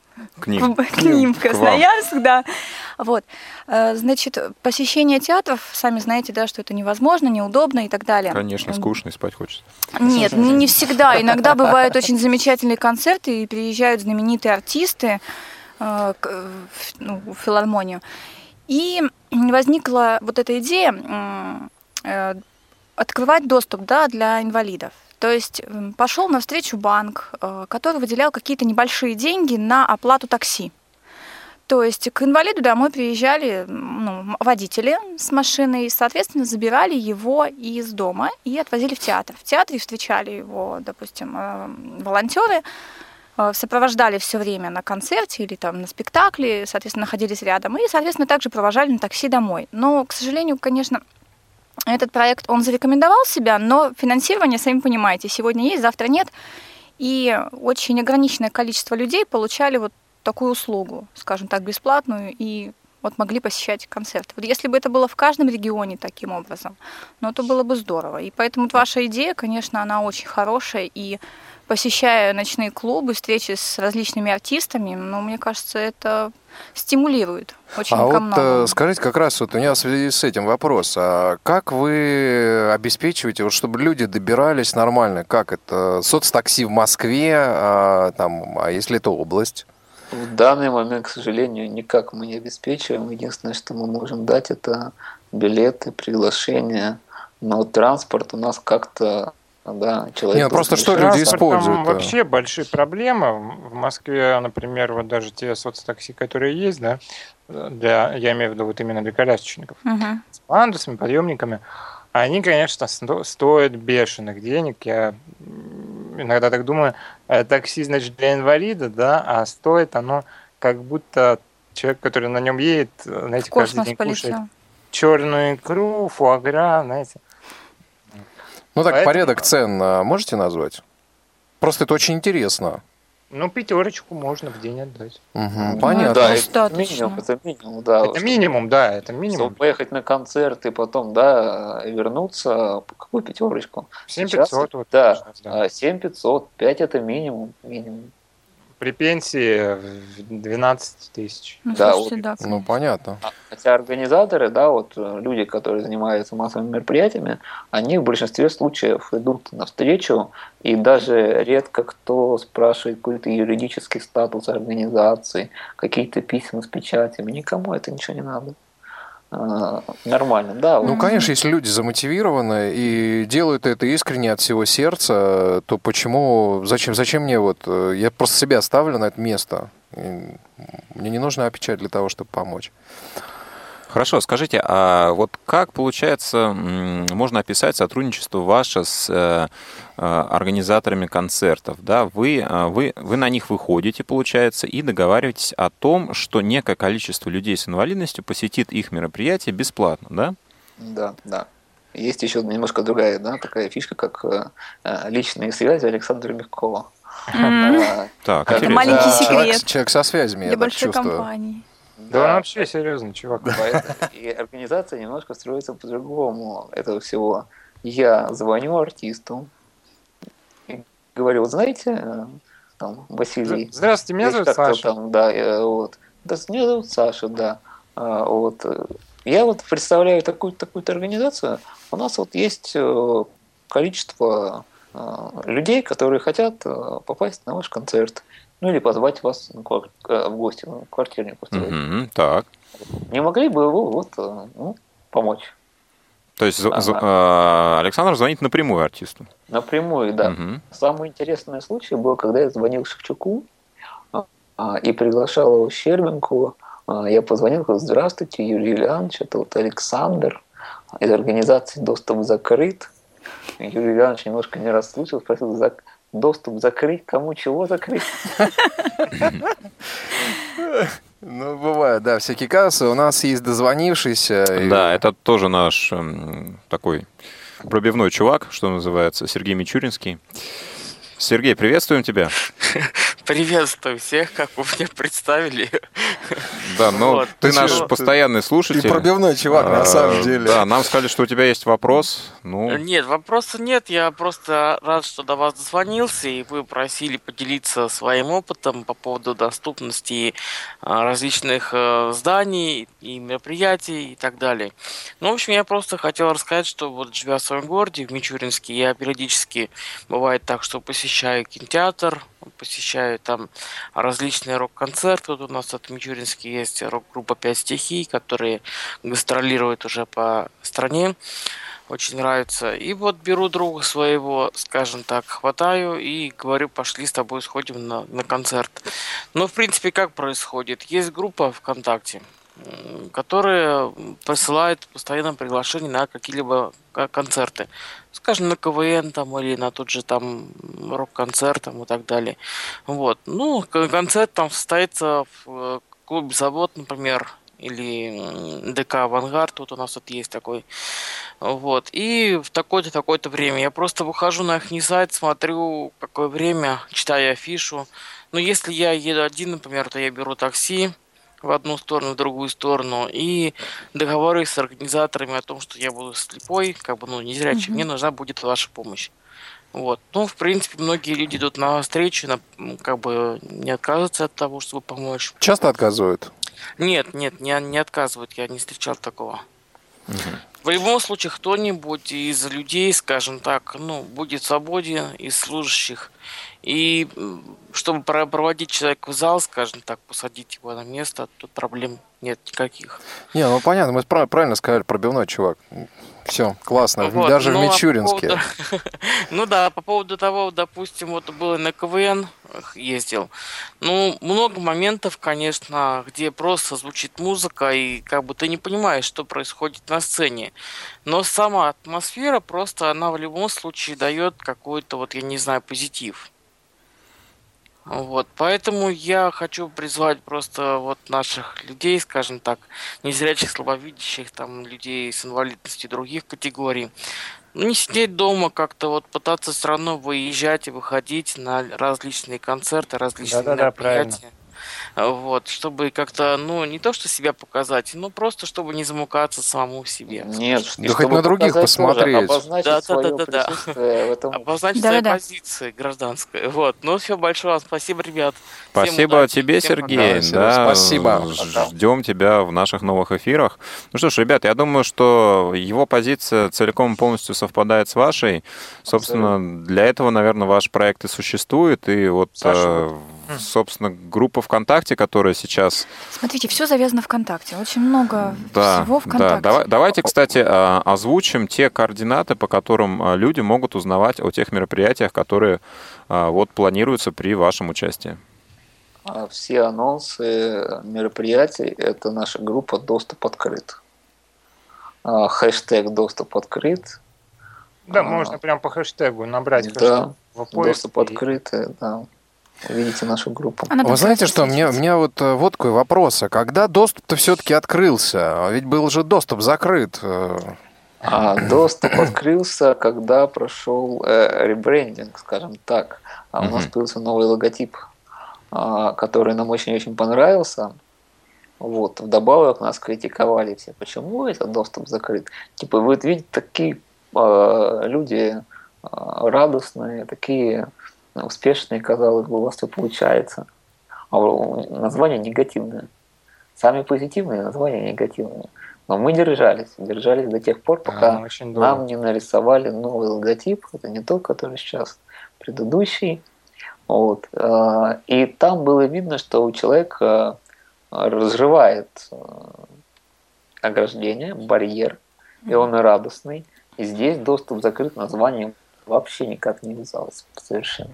в Красноярск, да. Вот. Значит, посещение театров, сами знаете, да, что это невозможно, неудобно и так далее. Конечно, скучно и спать хочется. Нет, не всегда. Иногда бывают очень замечательные концерты, и приезжают знаменитые артисты в филармонию. И возникла вот эта идея открывать доступ, да, для инвалидов. То есть пошел навстречу банк, который выделял какие-то небольшие деньги на оплату такси. То есть к инвалиду домой приезжали водители с машиной, и, соответственно, забирали его из дома и отвозили в театр. В театре встречали его, допустим, волонтеры, сопровождали все время на концерте или там на спектакле, соответственно, находились рядом, и, соответственно, также провожали на такси домой. Но, к сожалению, конечно, этот проект, он зарекомендовал себя, но финансирование, сами понимаете, сегодня есть, завтра нет, и очень ограниченное количество людей получали вот такую услугу, скажем так, бесплатную, и вот могли посещать концерты. Вот если бы это было в каждом регионе таким образом, ну, то было бы здорово. И поэтому вот ваша идея, конечно, она очень хорошая, и посещая ночные клубы, встречи с различными артистами, ну, мне кажется, это стимулирует очень ко многому. Вот скажите, как раз вот у меня в связи с этим вопрос. А как вы обеспечиваете, вот, чтобы люди добирались нормально? Как это? Соцтакси в Москве, а если это область? В данный момент, к сожалению, никак мы не обеспечиваем. Единственное, что мы можем дать, это билеты, приглашения. Но транспорт у нас как-то... Да, нет, просто что люди используют? Вообще большие проблемы. В Москве, например, вот даже те соцтакси, которые есть, да, я имею в виду вот именно для колясочников, с пандусами, подъемниками, они, конечно, стоят бешеных денег. Я иногда так думаю, такси, значит, для инвалида, да, а стоит оно как будто человек, который на нем едет, знаете, каждый день кушает черную икру, фуагра, знаете. Ну так, порядок цен можете назвать? Просто это очень интересно. Ну, 5 можно в день отдать. Понятно. Да, Достаточно. это минимум, да. Это минимум, да, это минимум. Чтобы поехать на концерт и потом, да, вернуться, какую 5? 7500 вот. Да, сейчас, да. 7500, 5 это минимум. При пенсии в 12 тысяч. Ну, Да, слушайте, да. Ну, понятно. Хотя организаторы, да, вот люди, которые занимаются массовыми мероприятиями, они в большинстве случаев идут навстречу, и даже редко кто спрашивает какой-то юридический статус организации, какие-то письма с печатями. Никому это ничего не надо. Нормально, да. Ну, конечно, если люди замотивированы и делают это искренне от всего сердца, то почему, зачем мне я просто себя ставлю на это место. Мне не нужна печать для того, чтобы помочь. Хорошо, скажите, а вот как, получается, можно описать сотрудничество ваше с организаторами концертов? Да? Вы на них выходите, получается, и договариваетесь о том, что некое количество людей с инвалидностью посетит их мероприятие бесплатно, да? Да. Есть еще немножко другая, да, такая фишка, как личные связи Александра Мягкова. Так, Это маленький секрет Человек со связями, я для так большой чувствую. компании. Да, он вообще серьезный чувак. И организация немножко строится по-другому этого всего. Я звоню артисту и говорю, вот знаете, там, Василий... Здравствуйте, меня зовут Саша. Там, да, меня зовут Саша, да. Я вот представляю такую-то организацию. У нас вот есть количество людей, которые хотят попасть на ваш концерт. Ну или позвать вас в гости, квартирник устроить. Так. Не могли бы вы помочь? То есть Александр звонит напрямую артисту? Напрямую, да. Самый интересный случай был, когда я звонил Шевчуку и приглашал его в Щербинку. Я позвонил, говорю, здравствуйте, Юрий Ильянович, это вот Александр из организации «Доступ закрыт». Юрий Ильянович немножко не расслышал, спросил, доступ закрыть, кому чего закрыть? Ну, бывают, да, всякие казусы. У нас есть дозвонившийся. Да, это тоже наш такой пробивной чувак, что называется, Сергей Мичуринский. Сергей, приветствуем тебя. Приветствую всех, как вы мне представили. Да, но ты наш постоянный слушатель. И пробивной чувак, на самом деле. Да, нам сказали, что у тебя есть вопрос. Нет, вопроса нет. Я просто рад, что до вас дозвонился, и вы просили поделиться своим опытом по поводу доступности различных зданий и мероприятий и так далее. Ну, в общем, я просто хотел рассказать, что вот живя в своем городе, в Мичуринске, я периодически, бывает так, что посещаю кинотеатр, посещаю там различные рок-концерты. Вот у нас в Мичуринске есть рок-группа «5 стихий», которые гастролируют уже по стране. Очень нравится. И вот беру друга своего, скажем так, хватаю и говорю, пошли с тобой сходим на концерт. Но, в принципе, как происходит? Есть группа ВКонтакте, которая присылает постоянно приглашения на какие-либо концерты. Скажем, на КВН там, или на тот же там рок-концерт там, и так далее. Вот. Ну, концерт там состоится в клубе «Завод», например, или ДК «Авангард», вот у нас тут есть такой. Вот. И в такое-то время я просто выхожу на их сайт, смотрю, какое время, читаю афишу. Но если я еду один, например, то я беру такси в одну сторону, в другую сторону, и договариваюсь с организаторами о том, что я буду слепой, незрячий, мне нужна будет ваша помощь. Вот. Ну, в принципе, многие люди идут на встречу, не отказываются от того, чтобы помочь. Часто отказывают? Нет, не отказывают, я не встречал такого. В любом случае, кто-нибудь из людей, скажем так, будет свободен, из служащих. И чтобы проводить человека в зал, скажем так, посадить его на место, тут проблем нет никаких. Не, понятно, мы правильно сказали, пробивной чувак. Все, классно, вот, даже в Мичуринске. По поводу того, допустим, вот было на КВН ездил. Много моментов, конечно, где просто звучит музыка, и ты не понимаешь, что происходит на сцене. Но сама атмосфера просто, она в любом случае дает какой-то, позитив. Вот, поэтому я хочу призвать просто вот наших людей, скажем так, незрячих, слабовидящих, там, людей с инвалидностью других категорий, не сидеть дома, как-то вот пытаться все равно выезжать и выходить на различные концерты, различные мероприятия. Вот, чтобы как-то, не то что себя показать, но просто чтобы не замыкаться самому в себе. Нет, да хоть на других посмотреть. Обозначить свое присутствие в этом. Обозначить свои позиции гражданской. Вот. Ну, все, большое вам спасибо, ребят. Спасибо тебе, Сергей. Спасибо. Ждем тебя в наших новых эфирах. Ну что ж, ребят, я думаю, что его позиция целиком и полностью совпадает с вашей. Собственно, для этого, наверное, ваш проект и существует. И вот, собственно, группа ВКонтакте, которая сейчас... Смотрите, все завязано ВКонтакте. Очень много всего ВКонтакте. Да. Давайте, кстати, озвучим те координаты, по которым люди могут узнавать о тех мероприятиях, которые вот планируются при вашем участии. Все анонсы мероприятий – это наша группа «Доступ открыт». Хэштег «Доступ открыт». Да, можно прям по хэштегу набрать хэштег в поиск. «Доступ открыт», да. Увидите нашу группу. Вы знаете что, у меня вот такой вопрос. А когда доступ-то все-таки открылся? Ведь был же доступ закрыт. Доступ открылся, когда прошел ребрендинг, скажем так. У нас появился новый логотип, который нам очень-очень понравился. Вот. Вдобавок нас критиковали все. Почему этот доступ закрыт? Типа, вы видите, такие люди радостные, такие успешные, казалось бы, у вас все получается. А название негативное. Сами позитивные, названия негативные. Но мы держались до тех пор, пока нам не нарисовали новый логотип. Это не тот, который сейчас, предыдущий. Вот. И там было видно, что у человека разрывает ограждение, барьер, и он радостный. И здесь доступ закрыт, названием вообще никак не вязалось совершенно.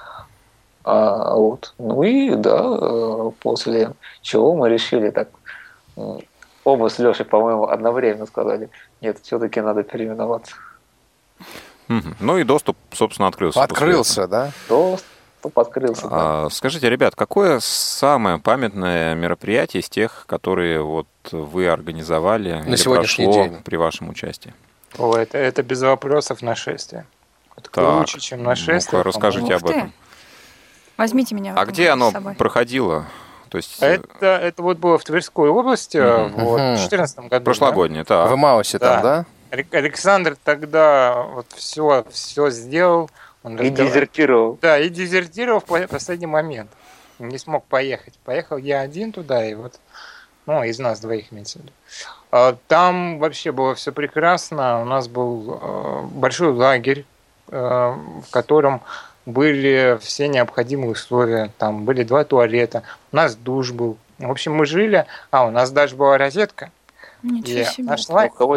Вот. Ну и да, после чего мы решили так, оба с Лешей, по-моему, одновременно сказали, нет, все-таки надо переименоваться. Ну и доступ, собственно, открылся. Открылся, да? Доступ открылся, да. Скажите, ребят, какое самое памятное мероприятие из тех, которые вот вы организовали на сегодняшний день при вашем участии? Это без вопросов нашествие. Это круче, чем нашествие. Ну-ка, расскажите об этом. Возьмите меня. А где оно проходило? То есть... Это вот было в Тверской области в 2014 году. Прошлогоднее, так. В Маусе там, да? Александр тогда вот все сделал. И дезертировал. Да, и дезертировал в последний момент. Не смог поехать. Поехал я один туда, и вот, из нас двоих имеется в виду. Там вообще было все прекрасно. У нас был большой лагерь, в котором были все необходимые условия. Там были 2 туалета, у нас душ был. В общем, мы жили, у нас даже была розетка. Ничего себе. Наш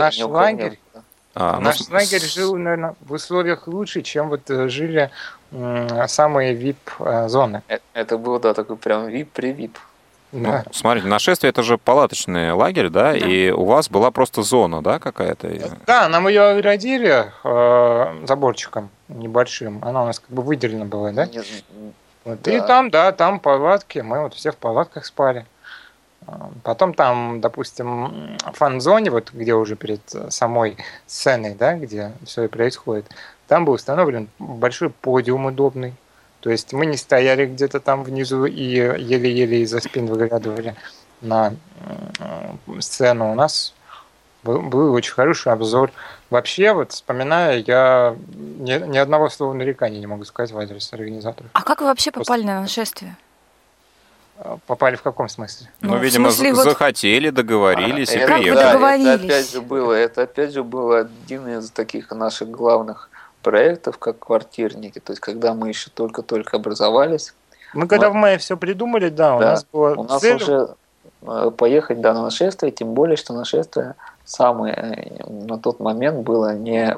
лагерь жил, наверное, в условиях лучше, чем вот жили самые VIP-зоны. Это был, да, такой прям VIP-при-VIP. Да. Смотрите, нашествие — это же палаточный лагерь, да? И у вас была просто зона, да, какая-то? Да, нам ее оградили заборчиком небольшим. Она у нас как бы выделена была, да? Вот. Да. И там палатки, мы вот все в палатках спали. Потом там, допустим, в фан-зоне, вот где уже перед самой сценой, да, где все и происходит, там был установлен большой подиум удобный. То есть мы не стояли где-то там внизу и еле-еле из-за спин выглядывали на сцену. У нас был очень хороший обзор. Вообще, вот вспоминая, я ни одного слова нарекания не могу сказать в адрес организаторов. А как вы вообще попали на нашествие? Попали в каком смысле? Видимо, захотели, договорились и приехали. Это опять же было один из таких наших главных проектов, как квартирники. То есть, когда мы еще только-только образовались. Мы когда в мае все придумали, да, у нас было у нас уже поехать на нашествие, тем более, что нашествие самое на тот момент было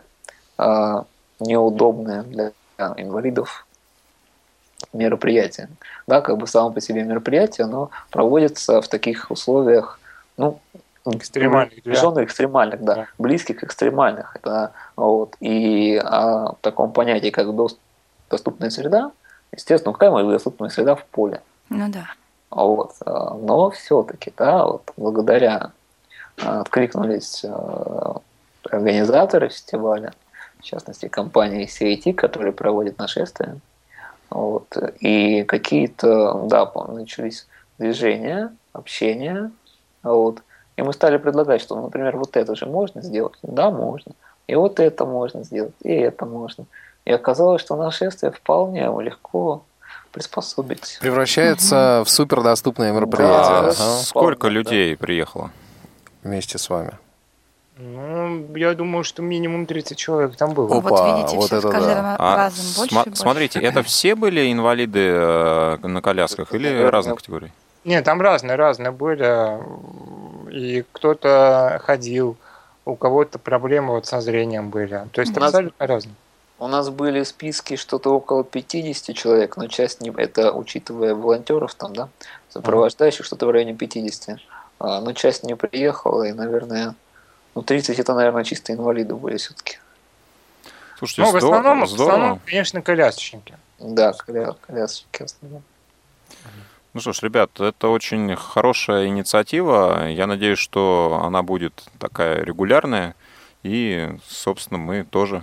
неудобное для инвалидов мероприятие. Да, как бы само по себе мероприятие, оно проводится в таких условиях, экстремальных, да, близких к экстремальных. Это, вот. И о таком понятии, как доступная среда, Естественно, какая может быть доступная среда в поле? Ну да. Вот. Но все-таки, да, вот благодаря откликнулись организаторы фестиваля, в частности, компания CIT, которая проводит нашествие. Вот. И какие-то, да, начались движения, общение. Вот. И мы стали предлагать, что, например, вот это же можно сделать? Да, можно. И вот это можно сделать, и это можно. И оказалось, что нашествие вполне легко приспособить. Превращается в супердоступное мероприятие. Да, сколько людей приехало вместе с вами? Ну, я думаю, что минимум 30 человек там было. Опа, вот видите, вот все это с каждым да. разом больше и больше. Смотрите, это все были инвалиды на колясках или разных категорий? Нет, там разные были. И кто-то ходил, у кого-то проблемы вот со зрением были. То есть абсолютно разные. У нас были списки что-то около 50 человек, но часть не, это учитывая волонтеров там, да, сопровождающих, что-то в районе 50. Но часть не приехала, и, наверное, 30 это, наверное, чисто инвалиды были все-таки. Слушайте, в основном, конечно, колясочники. Да, колясочники в основном. Ну что ж, ребят, это очень хорошая инициатива. Я надеюсь, что она будет такая регулярная. И, собственно, мы тоже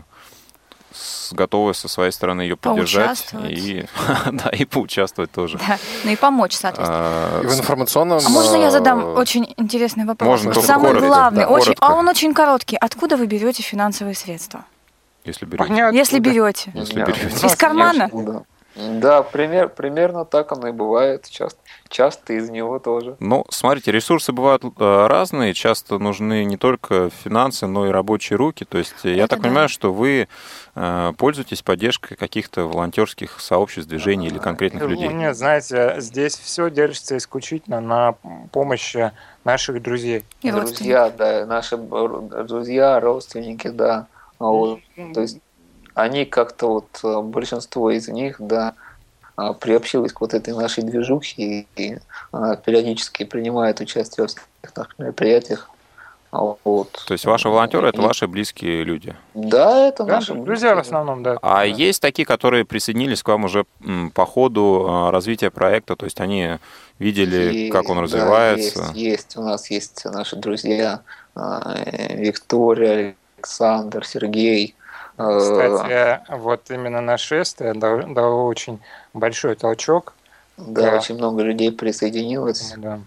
готовы со своей стороны ее поддержать. И, да, и поучаствовать тоже. Да. Ну и помочь, соответственно. И в информационном... А можно я задам очень интересный вопрос? Можно, самый коротко, главный, да, очень, а он очень короткий. Откуда вы берете финансовые средства? Если берете. Понятно, Если берете. Если берете. Из кармана? Да, примерно так оно и бывает. Часто из него тоже. Ну, смотрите, ресурсы бывают разные. Часто нужны не только финансы, но и рабочие руки. То есть я так понимаю, что вы пользуетесь поддержкой каких-то волонтерских сообществ, движений или конкретных людей. Нет, знаете, здесь все держится исключительно на помощи наших друзей. Друзья, да, наши друзья, родственники, да. Вот. То есть они как-то вот, большинство из них, да, приобщилось к вот этой нашей движухе и периодически принимают участие во всех наших мероприятиях. Вот. То есть ваши волонтеры – это ваши близкие люди? Да, это наши друзья в основном, да. А есть такие, которые присоединились к вам уже по ходу развития проекта, то есть они видели, как он развивается? Да, есть. У нас есть наши друзья Виктория, Александр, Сергей. Кстати, вот именно нашествие дало очень большой толчок. Да, очень много людей присоединилось. Да.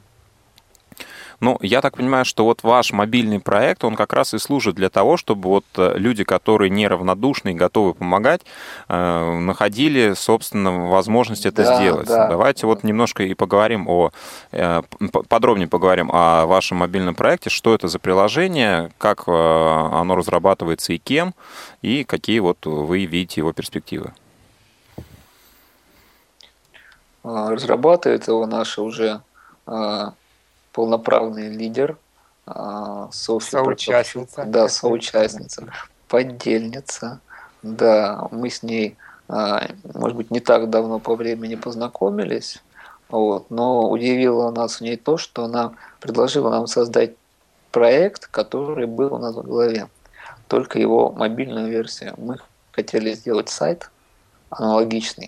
Ну, я так понимаю, что вот ваш мобильный проект, он как раз и служит для того, чтобы вот люди, которые неравнодушны и готовы помогать, находили, собственно, возможность это сделать. Да. Давайте вот немножко и поговорим подробнее поговорим о вашем мобильном проекте, что это за приложение, как оно разрабатывается и кем, и какие вот вы видите его перспективы. Разрабатывает его наша уже полноправный лидер, соучастница. Да, соучастница, поддельница. Да, мы с ней, может быть, не так давно по времени познакомились, вот, но удивило нас в ней то, что она предложила нам создать проект, который был у нас в голове, только его мобильную версию. Мы хотели сделать сайт аналогичный,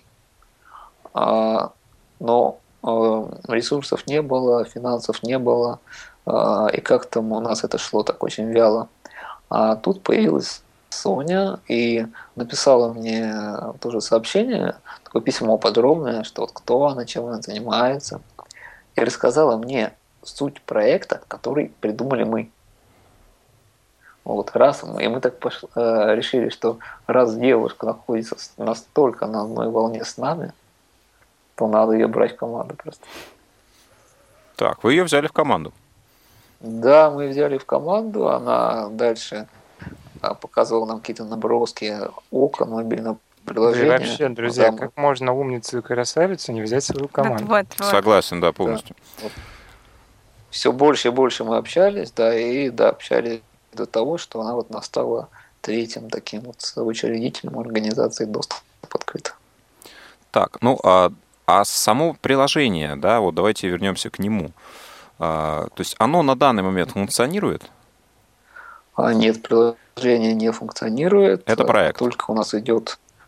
но ресурсов не было, финансов не было, и как-то у нас это шло так очень вяло. А тут появилась Соня и написала мне тоже сообщение, такое письмо подробное, что вот кто она, чем она занимается, и рассказала мне суть проекта, который придумали мы. Вот, и мы так решили, что раз девушка находится настолько на одной волне с нами, то надо ее брать в команду просто. Так, вы ее взяли в команду? Да, мы взяли в команду, она дальше показывала нам какие-то наброски окон мобильного приложения. И вообще, друзья, как можно умницу и красавицу не взять в свою команду? Вот. Согласен, да, полностью. Да. Вот. Все больше и больше мы общались, общались до того, что она вот стала третьим таким вот учредителем организации «Доступ открыто». Так, ну, а само приложение, да, вот давайте вернемся к нему. То есть оно на данный момент функционирует? Нет, приложение не функционирует. Это проект? Только у нас идет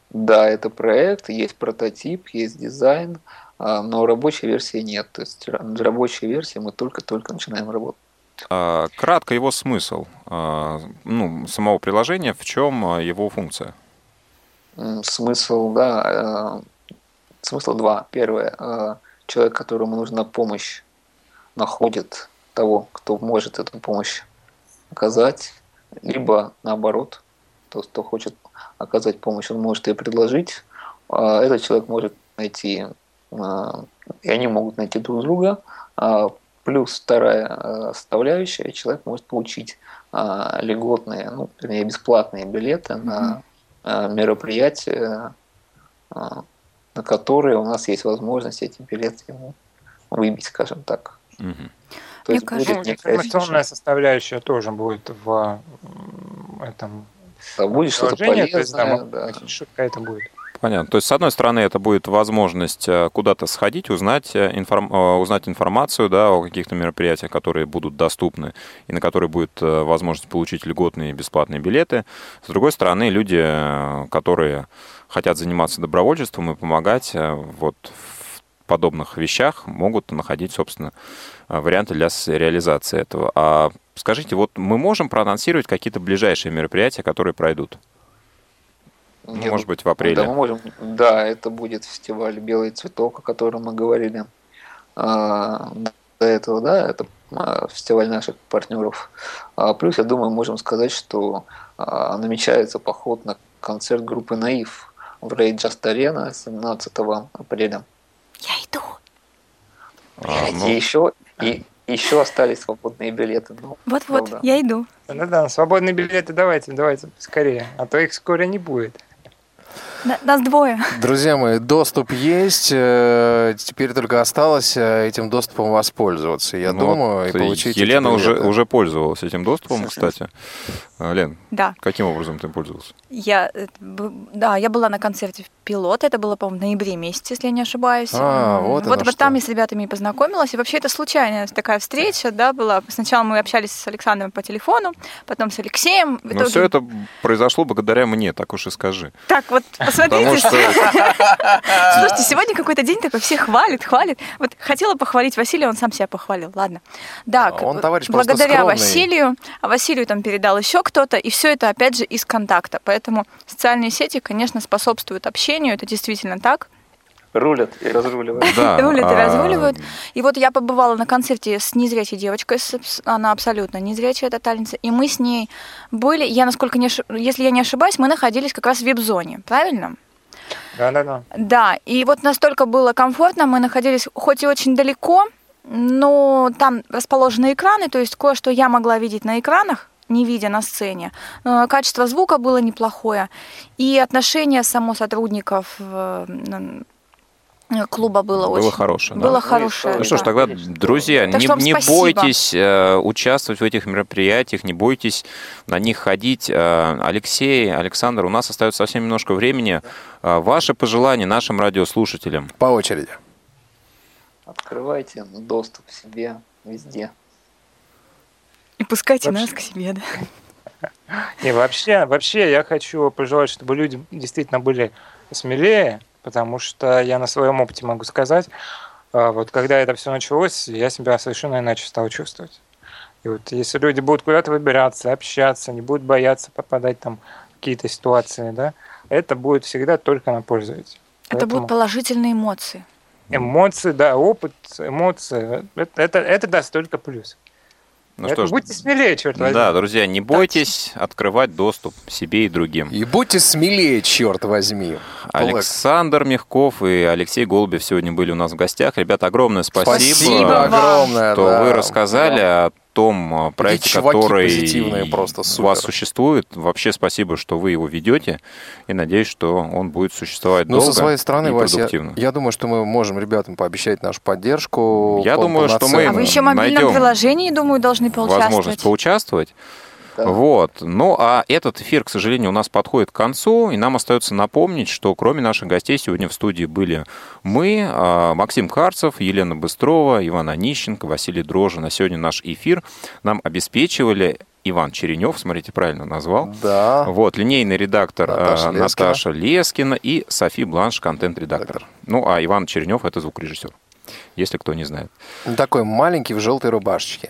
Да, это проект, есть прототип, есть дизайн, но рабочей версии нет. То есть рабочей версии мы только-только начинаем работать. Кратко его смысл, самого приложения, в чем его функция? Смысл, да, смысл два. Первое, человек, которому нужна помощь, находит того, кто может эту помощь оказать, либо наоборот, тот, кто хочет оказать помощь, он может ее предложить. Этот человек может найти, и они могут найти друг друга. Плюс вторая составляющая, человек может получить льготные, вернее, бесплатные билеты на мероприятия, на которые у нас есть возможность эти билеты ему выбить, скажем так. То есть будет информационная составляющая тоже будет в этом. Да, будет что-то полезное. То есть, какая-то будет. Понятно. То есть, с одной стороны, это будет возможность куда-то сходить, узнать информацию, да, о каких-то мероприятиях, которые будут доступны, и на которые будет возможность получить льготные бесплатные билеты. С другой стороны, люди, которые хотят заниматься добровольчеством и помогать вот в подобных вещах, могут находить, собственно, варианты для реализации этого. А скажите, вот мы можем проанонсировать какие-то ближайшие мероприятия, которые пройдут? Может быть, в апреле. Да, мы можем. Да, это будет фестиваль «Белый цветок», о котором мы говорили до этого, да, это фестиваль наших партнеров. Плюс, я думаю, можем сказать, что намечается поход на концерт группы «Наив» в Rage Just Arena 17 апреля. Я иду. Еще остались свободные билеты. Вот-вот, я иду. Да, свободные билеты давайте скорее, а то их скоро не будет. Нас двое. Друзья мои, доступ есть, теперь только осталось этим доступом воспользоваться, я думаю, и получить. Елена уже пользовалась этим доступом, кстати. Лен, да. Каким образом ты пользовалась? Я была на концерте «Пилот», это было, по-моему, в ноябре месяце, если я не ошибаюсь. Вот там я с ребятами и познакомилась, и вообще это случайная такая встреча, да, была. Сначала мы общались с Александром по телефону, потом с Алексеем. Но все это произошло благодаря мне, так уж и скажи. Так вот, посмотрите. Слушайте, сегодня какой-то день такой, все хвалят. Вот хотела похвалить Василия, он сам себя похвалил, ладно. Да, он товарищ благодаря Василию, там передал еще кто-то, и все это, опять же, из контакта. Поэтому социальные сети, конечно, способствуют общению, это действительно так. Рулят и разруливают. Да. Рулят и разруливают. И вот я побывала на концерте с незрячей девочкой, она абсолютно незрячая тотальница, и мы с ней были, если я не ошибаюсь, мы находились как раз в вип-зоне, правильно? Да. Да, и вот настолько было комфортно, мы находились хоть и очень далеко, но там расположены экраны, то есть кое-что я могла видеть на экранах, не видя на сцене. Качество звука было неплохое, и отношение само сотрудников клуба было хорошее. Было хорошее. Ну что ж, тогда, друзья, не бойтесь участвовать в этих мероприятиях, не бойтесь на них ходить. Алексей, Александр, у нас остается совсем немножко времени. Ваши пожелания нашим радиослушателям? По очереди. Открывайте доступ к себе везде. И пускайте нас к себе, да? Не, вообще я хочу пожелать, чтобы люди действительно были смелее, потому что я на своем опыте могу сказать, вот когда это все началось, я себя совершенно иначе стал чувствовать. И вот если люди будут куда-то выбираться, общаться, не будут бояться попадать там в какие-то ситуации, да, это будет всегда только на пользу этим. Это будут положительные эмоции. Эмоции, да, опыт, эмоции, это даст только плюс. Ну что ж, будьте смелее, черт возьми. Да, друзья, не бойтесь открывать доступ себе и другим. И будьте смелее, черт возьми. Александр Мягков и Алексей Голубев сегодня были у нас в гостях. Ребята, огромное спасибо огромное, что вы рассказали о том проекте, который просто у вас существует. Вообще спасибо, что вы его ведете. И надеюсь, что он будет существовать долго со своей стороны, и продуктивно. Я думаю, что мы можем ребятам пообещать нашу поддержку. Я думаю, что мы А вы еще в мобильном приложении, думаю, должны поучаствовать. Возможность поучаствовать. Да. Вот. Ну, а этот эфир, к сожалению, у нас подходит к концу, и нам остается напомнить, что кроме наших гостей сегодня в студии были мы, Максим Карцев, Елена Быстрова, Иван Онищенко, Василий Дрожжин. На сегодня наш эфир нам обеспечивали Иван Черенев, смотрите, правильно назвал. Да. Вот, линейный редактор Наташа Лескина и Софи Бланш, контент-редактор. Ну, а Иван Черенев — это звукорежиссер, если кто не знает. Такой маленький в желтой рубашечке.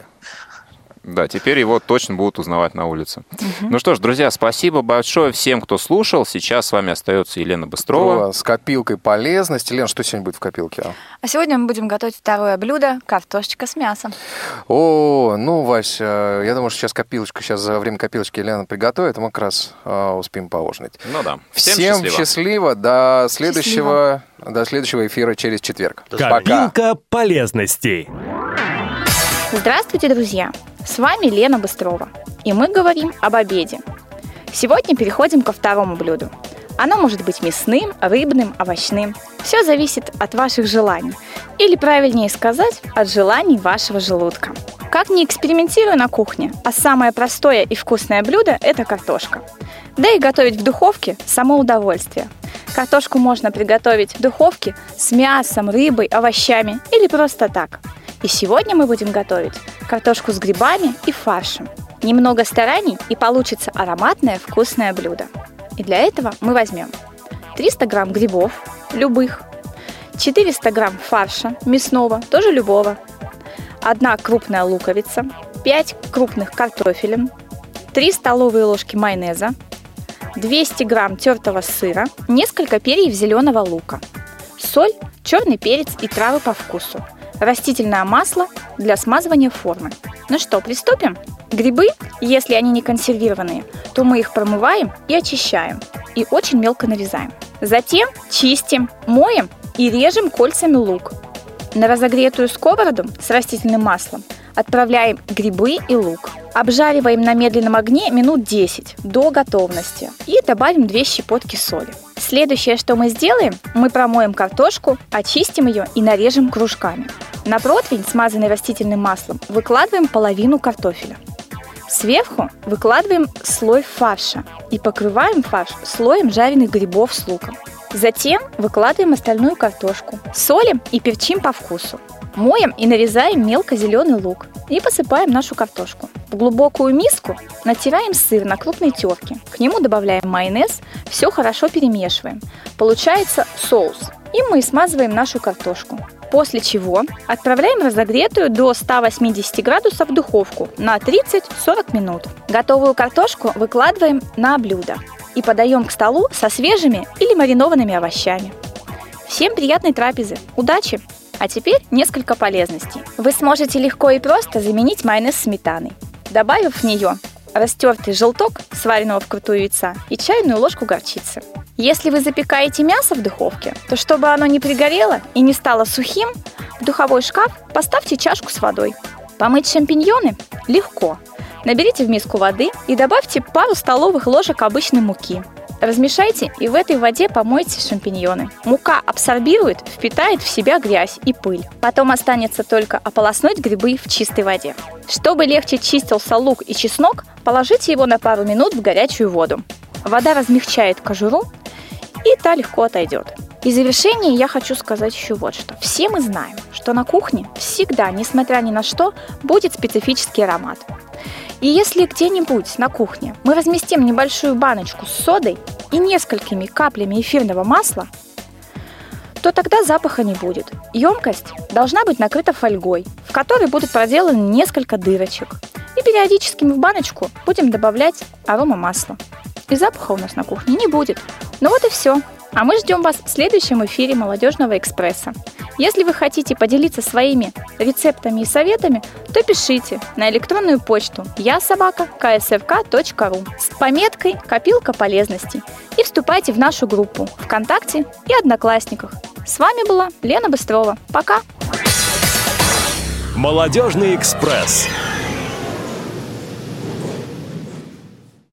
Да, теперь его точно будут узнавать на улице. Ну что ж, друзья, спасибо большое всем, кто слушал. Сейчас с вами остается Елена Быстрова. С копилкой полезности. Лен, что сегодня будет в копилке? А сегодня мы будем готовить второе блюдо – картошечка с мясом. О, ну, Вась, я думаю, что сейчас за время копилочки Елена приготовит, и мы как раз успеем поужинать. Ну да. Всем счастливо. До следующего эфира через четверг. Копилка полезностей. Здравствуйте, друзья! С вами Лена Быстрова, и мы говорим об обеде. Сегодня переходим ко второму блюду. Оно может быть мясным, рыбным, овощным. Все зависит от ваших желаний. Или, правильнее сказать, от желаний вашего желудка. Как ни экспериментирую на кухне, а самое простое и вкусное блюдо – это картошка. Да и готовить в духовке – само удовольствие. Картошку можно приготовить в духовке с мясом, рыбой, овощами или просто так. И сегодня мы будем готовить картошку с грибами и фаршем. Немного стараний, и получится ароматное вкусное блюдо. И для этого мы возьмем 300 грамм грибов, любых, 400 грамм фарша мясного, тоже любого, 1 крупная луковица, 5 крупных картофелин, 3 столовые ложки майонеза, 200 грамм тертого сыра, несколько перьев зеленого лука, соль, черный перец и травы по вкусу, растительное масло для смазывания формы. Ну что, приступим? Грибы, если они не консервированные, то мы их промываем и очищаем, и очень мелко нарезаем. Затем чистим, моем и режем кольцами лук. На разогретую сковороду с растительным маслом отправляем грибы и лук. Обжариваем на медленном огне минут 10 до готовности и добавим 2 щепотки соли. Следующее, что мы сделаем, мы промоем картошку, очистим ее и нарежем кружками. На противень, смазанный растительным маслом, выкладываем половину картофеля. Сверху выкладываем слой фарша и покрываем фарш слоем жареных грибов с луком. Затем выкладываем остальную картошку, солим и перчим по вкусу. Моем и нарезаем мелко зеленый лук и посыпаем нашу картошку. В глубокую миску натираем сыр на крупной терке. К нему добавляем майонез, все хорошо перемешиваем. Получается соус. И мы смазываем нашу картошку. После чего отправляем разогретую до 180 градусов в духовку на 30-40 минут. Готовую картошку выкладываем на блюдо и подаем к столу со свежими или маринованными овощами. Всем приятной трапезы! Удачи! А теперь несколько полезностей. Вы сможете легко и просто заменить майонез сметаной, добавив в нее растертый желток сваренного вкрутую яйца и чайную ложку горчицы. Если вы запекаете мясо в духовке, то чтобы оно не пригорело и не стало сухим, в духовой шкаф поставьте чашку с водой. Помыть шампиньоны легко. Наберите в миску воды и добавьте пару столовых ложек обычной муки. Размешайте и в этой воде помойте шампиньоны. Мука абсорбирует, впитает в себя грязь и пыль. Потом останется только ополоснуть грибы в чистой воде. Чтобы легче чистился лук и чеснок, положите его на пару минут в горячую воду. Вода размягчает кожуру, и та легко отойдет. И в завершение я хочу сказать еще вот что. Все мы знаем, что на кухне всегда, несмотря ни на что, будет специфический аромат. И если где-нибудь на кухне мы разместим небольшую баночку с содой и несколькими каплями эфирного масла, то тогда запаха не будет. Емкость должна быть накрыта фольгой, в которой будут проделаны несколько дырочек. И периодически мы в баночку будем добавлять аромамасло. И запаха у нас на кухне не будет. Ну вот и все. А мы ждем вас в следующем эфире «Молодежного экспресса». Если вы хотите поделиться своими рецептами и советами, то пишите на электронную почту я@ksrk.ru с пометкой «Копилка полезностей» и вступайте в нашу группу ВКонтакте и Одноклассниках. С вами была Лена Быстрова. Пока! «Молодежный экспресс».